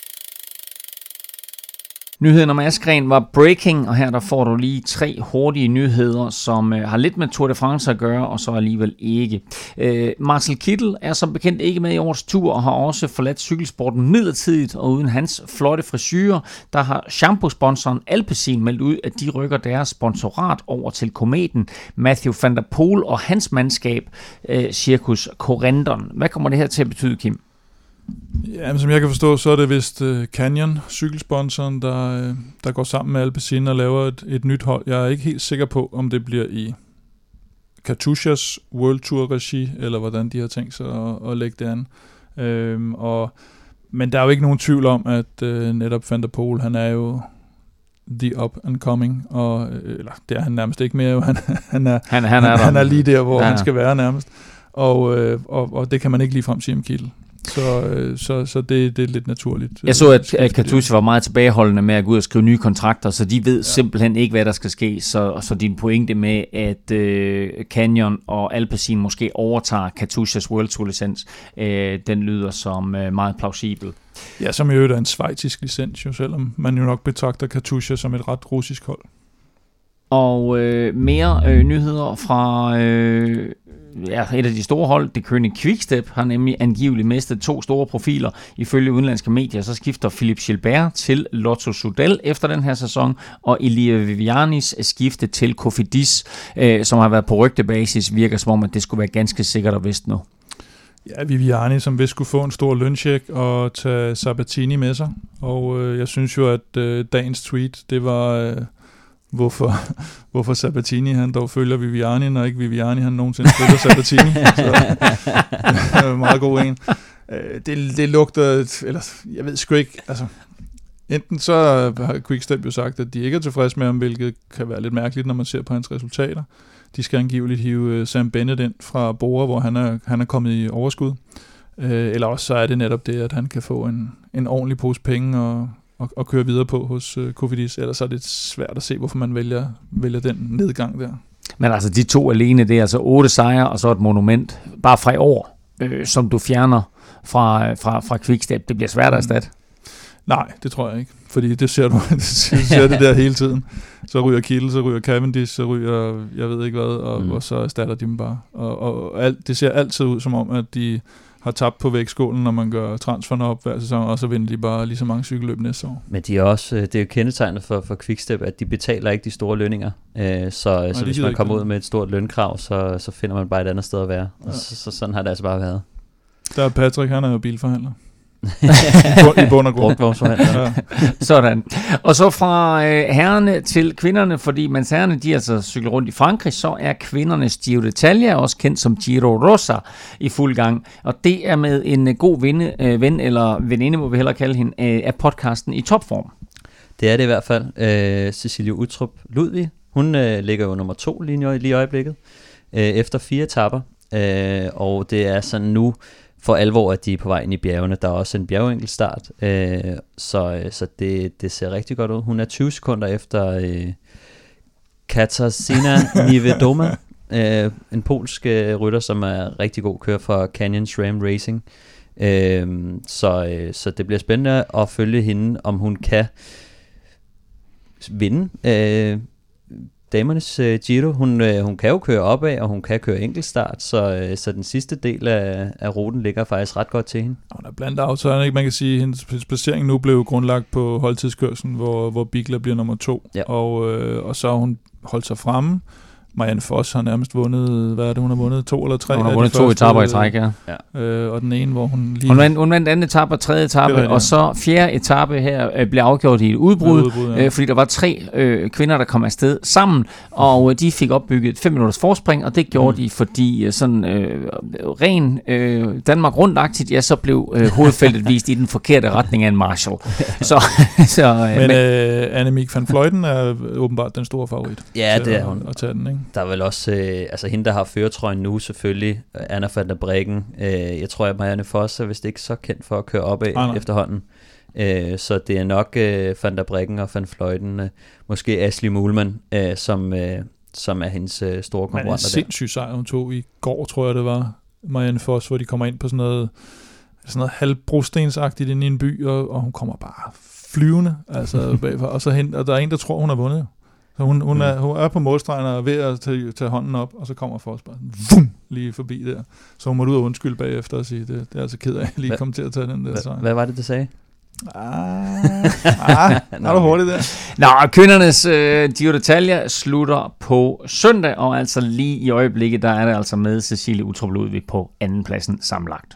Nyheden om Asgreen var breaking, og her der får du lige 3 hurtige nyheder, som har lidt med Tour de France at gøre, og så alligevel ikke. Marcel Kittel er som bekendt ikke med i årets tur, og har også forladt cykelsporten midlertidigt, og uden hans flotte frisyrer, der har shampoo-sponsoren Alpecin meldt ud, at de rykker deres sponsorat over til kometen Mathieu van der Poel og hans mandskab, Circus Corendon. Hvad kommer det her til at betyde, Kim? Ja, men som jeg kan forstå, så er det vist Canyon, cykelsponsoren, der går sammen med Alpecin og laver et nyt hold. Jeg er ikke helt sikker på, om det bliver i Katusha's World Tour-regi, eller hvordan de har tænkt sig at lægge det an. Men der er jo ikke nogen tvivl om, at netop Van der Poel, han er jo the up and coming, eller det er han nærmest ikke mere. Han er lige der, hvor han skal være nærmest. Og det kan man ikke ligefrem sige om Kittel. Så det er lidt naturligt. Jeg så, at Katusha var meget tilbageholdende med at gå ud og skrive nye kontrakter, så de ved simpelthen ikke, hvad der skal ske. Så din pointe med, at Canyon og Alpecin måske overtager Katushas World Tour licens, den lyder som meget plausibel. Ja, som i øvrigt er en schweizisk licens, jo, selvom man jo nok betragter Katusha som et ret russisk hold. Og mere nyheder fra et af de store hold, det Kønge Quickstep, har nemlig angiveligt mistet 2 store profiler. Ifølge udenlandske medier, så skifter Philippe Gilbert til Lotto Soudal efter den her sæson, og Elia Vivianis skifte til Cofidis, som har været på rygtebasis, virker som om, at det skulle være ganske sikkert og vist nu. Ja, Viviani, som vist skulle få en stor løncheck og tage Sabatini med sig. Og jeg synes jo, at dagens tweet, det var, hvorfor Sabatini han dog følger Viviani, når ikke Viviani han nogensinde følger Sabatini. Så meget god en. Det lugter, eller jeg ved sgu ikke, altså enten så har Quickstep jo sagt, at de ikke er tilfredse med ham, hvilket kan være lidt mærkeligt, når man ser på hans resultater. De skal angiveligt hive Sam Bennett ind fra Bora, hvor han er kommet i overskud. Eller også så er det netop det, at han kan få en ordentlig pose penge og køre videre på hos Cofidis. Ellers så er det svært at se, hvorfor man vælger den nedgang der. Men altså de 2 alene, det er altså 8 sejre og så et monument, bare fra i år, som du fjerner fra Quickstep. Det bliver svært at erstatte. Nej, det tror jeg ikke. Fordi det ser du ser det der hele tiden. Så ryger Kittel, så ryger Cavendish, så ryger jeg ved ikke hvad, og så erstatter de dem bare. Og det ser altid ud som om, at de har tabt på vægtskålen, når man gør transferne op hver sæson, og så vinder de bare lige så mange cykelløb næste år. Men de er også, det er jo kendetegnet for Quickstep, at de betaler ikke de store lønninger. Så hvis man kommer ud med et stort lønkrav, så finder man bare et andet sted at være. Ja. Og så sådan har det altså bare været. Der er Patrick, han er jo bilforhandler. I bund og grund. Ja. Sådan. Og så fra herrerne til kvinderne, fordi mens herrene de altså cykler rundt i Frankrig, så er kvindernes Giro d'Italia, også kendt som Giro Rosa, i fuld gang. Og det er med en god ven eller veninde, må vi hellere kalde hende, af podcasten I Topform. Det er det i hvert fald. Cecilie Uttrup Ludvig, hun ligger jo nummer 2 lige i øjeblikket, efter 4 etaper. Og det er sådan nu for alvor, at de er på vej ind i bjergene. Der er også en bjergenkeltstart, så det ser rigtig godt ud. Hun er 20 sekunder efter Katarzyna Niewiadoma, en polsk rytter, som er rigtig god kører for Canyon SRAM Racing. Så det bliver spændende at følge hende, om hun kan vinde damernes Giro. Hun kan jo køre opad, og hun kan køre enkeltstart, så den sidste del af ruten ligger faktisk ret godt til hende. Hun er blandt aftøjerne, ikke? Man kan sige, at hendes placering nu blev grundlagt på holdtidskørslen, hvor Bigla bliver nummer 2, ja. Og så har hun holdt sig fremme. Marianne Foss har nærmest vundet, hvad er det, hun har vundet 2 eller 3? Hun har vundet 2 etaper i træk, ja. Og den ene, hvor hun lige... Hun vandt anden etape og tredje etape, og så fjerde etape her blev afgjort i et udbrud, fordi der var 3 kvinder, der kom afsted sammen, og de fik opbygget et 5 minutters forspring, og det gjorde de, fordi sådan ren Danmark rundt-agtigt, ja, så blev hovedfeltet vist i den forkerte retning af en Marshall. Men Annemiek van Vleuten er åbenbart den store favorit. Ja, det er hun. At tage den, ikke? Der er vel også, altså hende, der har førertrøjen nu selvfølgelig, Anna van der Breggen. Jeg tror, at Marianne Foss er vist ikke så kendt for at køre opad efterhånden. Så det er nok van der Breggen og van Vleuten, måske Ashley Moolman, som er hendes store konkurrenter der. Men en sindssyg sejr, hun tog i går, tror jeg det var, Marianne Foss, hvor de kommer ind på sådan noget halvbrostensagtigt ind i en by, og hun kommer bare flyvende, altså bagfra, og der er en, der tror, hun har vundet. Så hun er på målstregen og er ved at tage hånden op, og så kommer Foss bare lige forbi der. Så hun må ud og undskylde bagefter og sige, det er altså ked af, at jeg lige kom til at tage den der sejr. Hvad var det sagde? Er du hurtigt der? Nå, kvindernes Giro d'Italia slutter på søndag, og altså lige i øjeblikket, der er det altså med Cecilie Uttrup Ludvig på andenpladsen sammenlagt.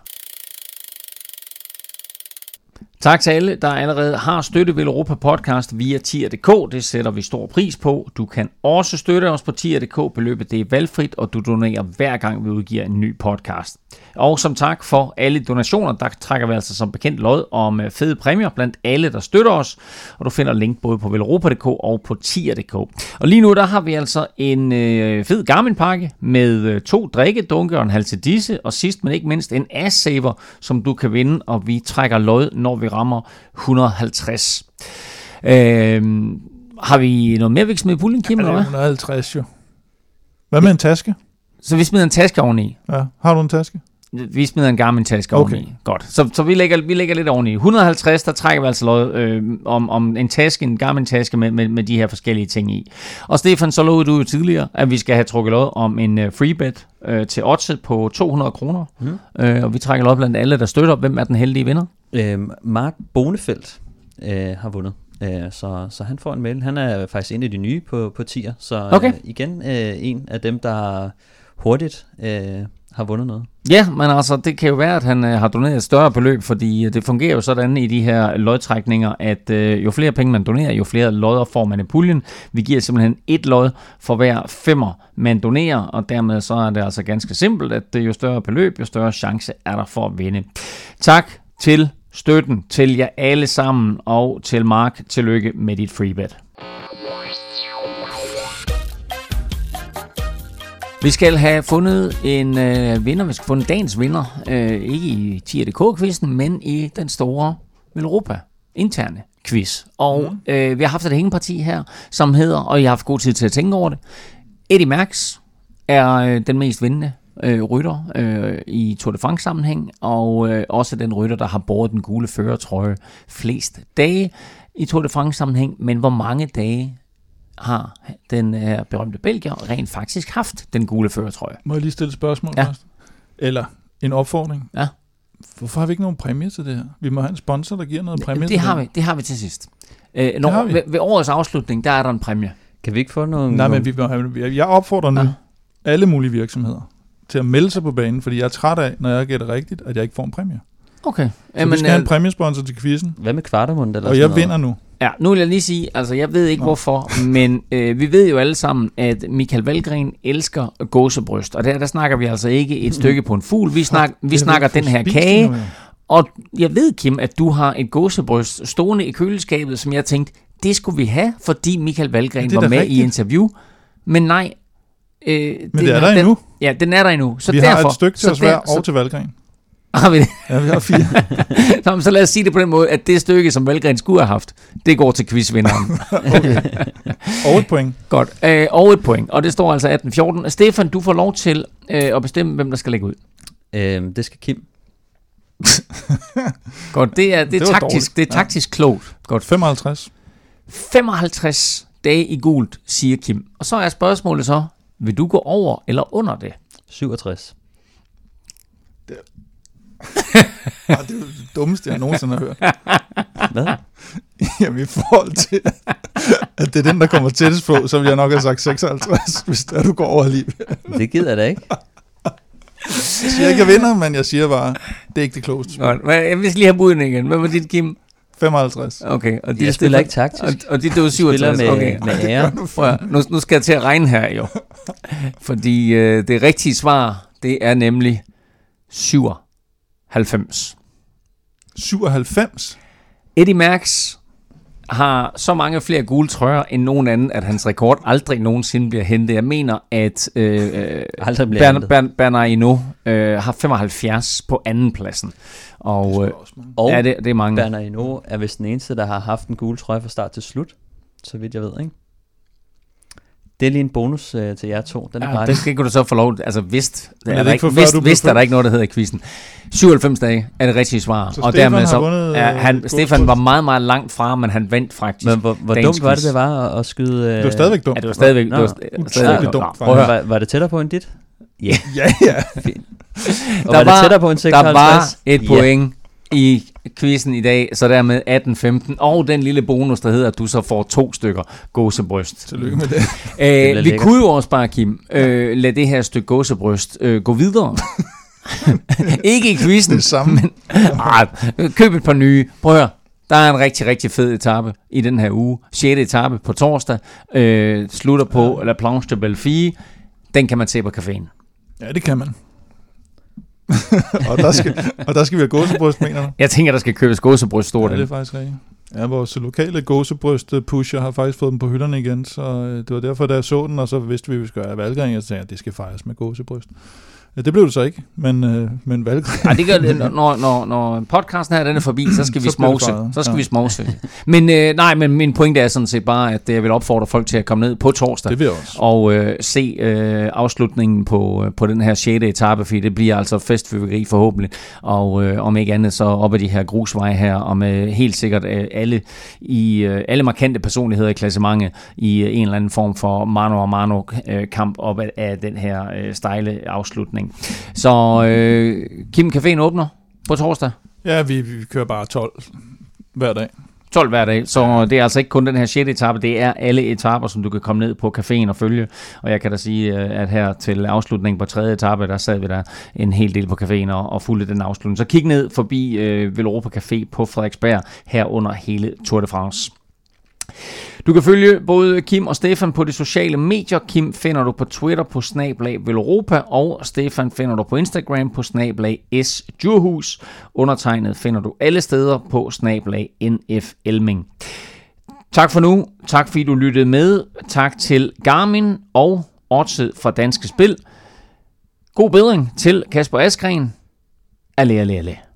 Tak til alle, der allerede har støttet Velropa Podcast via tier.dk. Det sætter vi stor pris på. Du kan også støtte os på tier.dk. Beløbet det er valgfrit, og du donerer hver gang vi udgiver en ny podcast. Og som tak for alle donationer, der trækker vi altså som bekendt lod om fede præmier blandt alle, der støtter os. Og du finder link både på velropa.dk og på tier.dk. Og lige nu der har vi altså en fed Garmin-pakke med 2 drikkedunke og en halv til disse. Og sidst men ikke mindst en Ass-saver, som du kan vinde, og vi trækker lod, når vi rammer 150. Har vi noget mere, vi kan smide i puljen, Kim? Ja, det er 150 jo. Hvad med en taske? Så vi smider en taske oveni? Ja, har du en taske? Vi smider en Garmin-taske oveni. Godt. Så vi lægger lidt oveni. 150, der trækker vi altså lod om en taske, en Garmin-taske med de her forskellige ting i. Og Stefan, så lovede du jo tidligere, at vi skal have trukket lod om en freebet til oddset på 200 kroner. Og vi trækker lod blandt alle, der støtter. Hvem er den heldige vinder? Mark Bonefeldt har vundet. Så han får en mail. Han er faktisk en af de nye på tier. Så igen en af dem, der hurtigt har vundet noget. Ja, men altså, det kan jo være, at han har doneret et større beløb, fordi det fungerer jo sådan i de her lodtrækninger, at jo flere penge man donerer, jo flere lodder får man i puljen. Vi giver simpelthen et lod for hver 5'er, man donerer, og dermed så er det altså ganske simpelt, at jo større beløb, jo større chance er der for at vinde. Tak til støtten til jer alle sammen, og til Mark, tillykke med dit freebet. Vi skal have fundet en vinder, vi skal fundet dagens vinder, ikke i Tier.dk-quizzen, men i den store Velropa interne quiz. Og vi har haft et hængeparti her, som hedder, og I har haft god tid til at tænke over det, Eddy Merckx er den mest vindende rytter i Tour de France sammenhæng, og også den rytter, der har båret den gule førertrøje flest dage i Tour de France sammenhæng, men hvor mange dage har den her berømte belgier rent faktisk haft den gule førertrøje? Må jeg lige stille et spørgsmål først? Eller en opfordring? Ja. Hvorfor har vi ikke nogen præmie til det her? Vi må have en sponsor, der giver noget præmie til det. Det har vi til sidst. Ved årets afslutning, der er der en præmie. Kan vi ikke få nogen... Nej, men jeg opfordrer nu alle mulige virksomheder til at melde sig på banen, fordi jeg er træt af, når jeg gætter rigtigt, at jeg ikke får en præmie. Okay. Så vi skal have en præmiesponsor til quizzen. Hvad med Kvartemund? Og jeg vinder nu. Ja, nu vil jeg lige sige, altså jeg ved ikke hvorfor, men vi ved jo alle sammen, at Michael Valgren elsker gåsebryst, og der snakker vi altså ikke et stykke på en fugl, vi snakker den her kage, og jeg ved, Kim, at du har et gåsebryst stående i køleskabet, som jeg tænkte, det skulle vi have, fordi Michael Valgren var med rigtigt i interview, men nej. Men det er der endnu. Ja, den er der endnu. Så vi derfor, har et stykke til os hver og til Valgren. Har vi det? Ja, vi har 4. Så lad os sige det på den måde, at det stykke, som Valgren skulle have haft, det går til quizvinderen. Okay. Og et point. Godt. Og et point. Og det står altså 18-14. Stefan, du får lov til at bestemme, hvem der skal lægge ud. Det skal Kim. Godt, det er taktisk, det er taktisk klogt. Godt. 55. 55 dage i gult, siger Kim. Og så er spørgsmålet så, vil du gå over eller under det? 67. Det er jo det dummeste, jeg nogensinde har hørt. Hvad? Jamen i forhold til, at det er den, der kommer tættest på, så vil jeg nok have sagt 56, hvis der du går over alligevel. Det gider jeg da ikke. Jeg siger ikke, jeg vinder, men jeg siger bare, det er ikke det klogeste. Jeg vil lige have buden igen. Hvad var dit, Kim? 55. Okay. Og jeg spiller ikke taktisk. Og dit, det var 67. Med ære. Nu skal jeg til at regne her, jo. Fordi det rigtige svar, det er nemlig 97. 97? Eddy Merckx har så mange flere gule trøjer end nogen anden, at hans rekord aldrig nogensinde bliver hentet. Jeg mener, at Bernard Hinault har 75 på andenpladsen. Og ja, det er mange. Bernard Hinault er vist den eneste, der har haft en gule trøje fra start til slut, så vidt jeg ved, ikke? Det er lige en bonus til jer to. Den er det skal du så få lov. Altså vist er der ikke noget, der hedder i quizzen. 97 dage er det rigtige svar. Så og dermed så Stefan var meget, meget langt fra, men han vandt faktisk. Men hvor dumt var det var at skyde... Det var stadigvæk dumt. Ja, det var stadigvæk dumt. Var det tættere på end dit? Ja. Fint. Og var det tættere på en 56? Der var et point i quizzen i dag, så dermed 18-15, og den lille bonus, der hedder, at du så får 2 stykker gåsebryst. Tillykke med det. Vi kunne jo også bare, Kim, lade det her stykke gåsebryst gå videre. Ikke i quizzen. Det samme. Men, køb et par nye. Prøv at høre. Der er en rigtig, rigtig fed etape i den her uge. 6. etape på torsdag. Slutter på La Planche de Belleville. Den kan man se på caféen. Ja, det kan man. og der skal vi have gåsebryst, mener du? Jeg tænker, der skal købes gåsebryst stort. Ja, det er faktisk rigtigt. Ja, vores lokale gåsebryst-pusher har faktisk fået dem på hylderne igen, så det var derfor, da jeg så den, og så vidste vi, at vi skulle have Valgren, og så tænkte jeg, at det skal fejres med gåsebryst. Det blev det så ikke, men Valgren... Ja, det gør det, når podcasten her den er forbi, så skal vi smovse. Så skal vi smovse. Men min pointe er sådan set bare, at jeg vil opfordre folk til at komme ned på torsdag. Det vil jeg også. Og se afslutningen på den her 6. etape, fordi det bliver altså festfyrværkeri forhåbentlig. Og om ikke andet, så op ad de her grusveje her, og med helt sikkert alle markante personligheder i klassementet i en eller anden form for mano-a-mano-kamp op af den her stejle afslutning. Så Kim, caféen åbner på torsdag? Ja, vi kører bare 12 hver dag. 12 hver dag, så det er altså ikke kun den her 6. etape, det er alle etaper, som du kan komme ned på caféen og følge. Og jeg kan da sige, at her til afslutningen på 3. etape, der sad vi der en hel del på caféen og fulgte den afslutning. Så kig ned forbi Velropa Café på Frederiksberg, her under hele Tour de France. Du kan følge både Kim og Stefan på de sociale medier. Kim finder du på Twitter på @Velropa, og Stefan finder du på Instagram på @sdjurhus. Undertegnet finder du alle steder på @NFElming. Tak for nu. Tak fordi du lyttede med. Tak til Garmin og Odset fra Danske Spil. God bedring til Kasper Askren. Allé.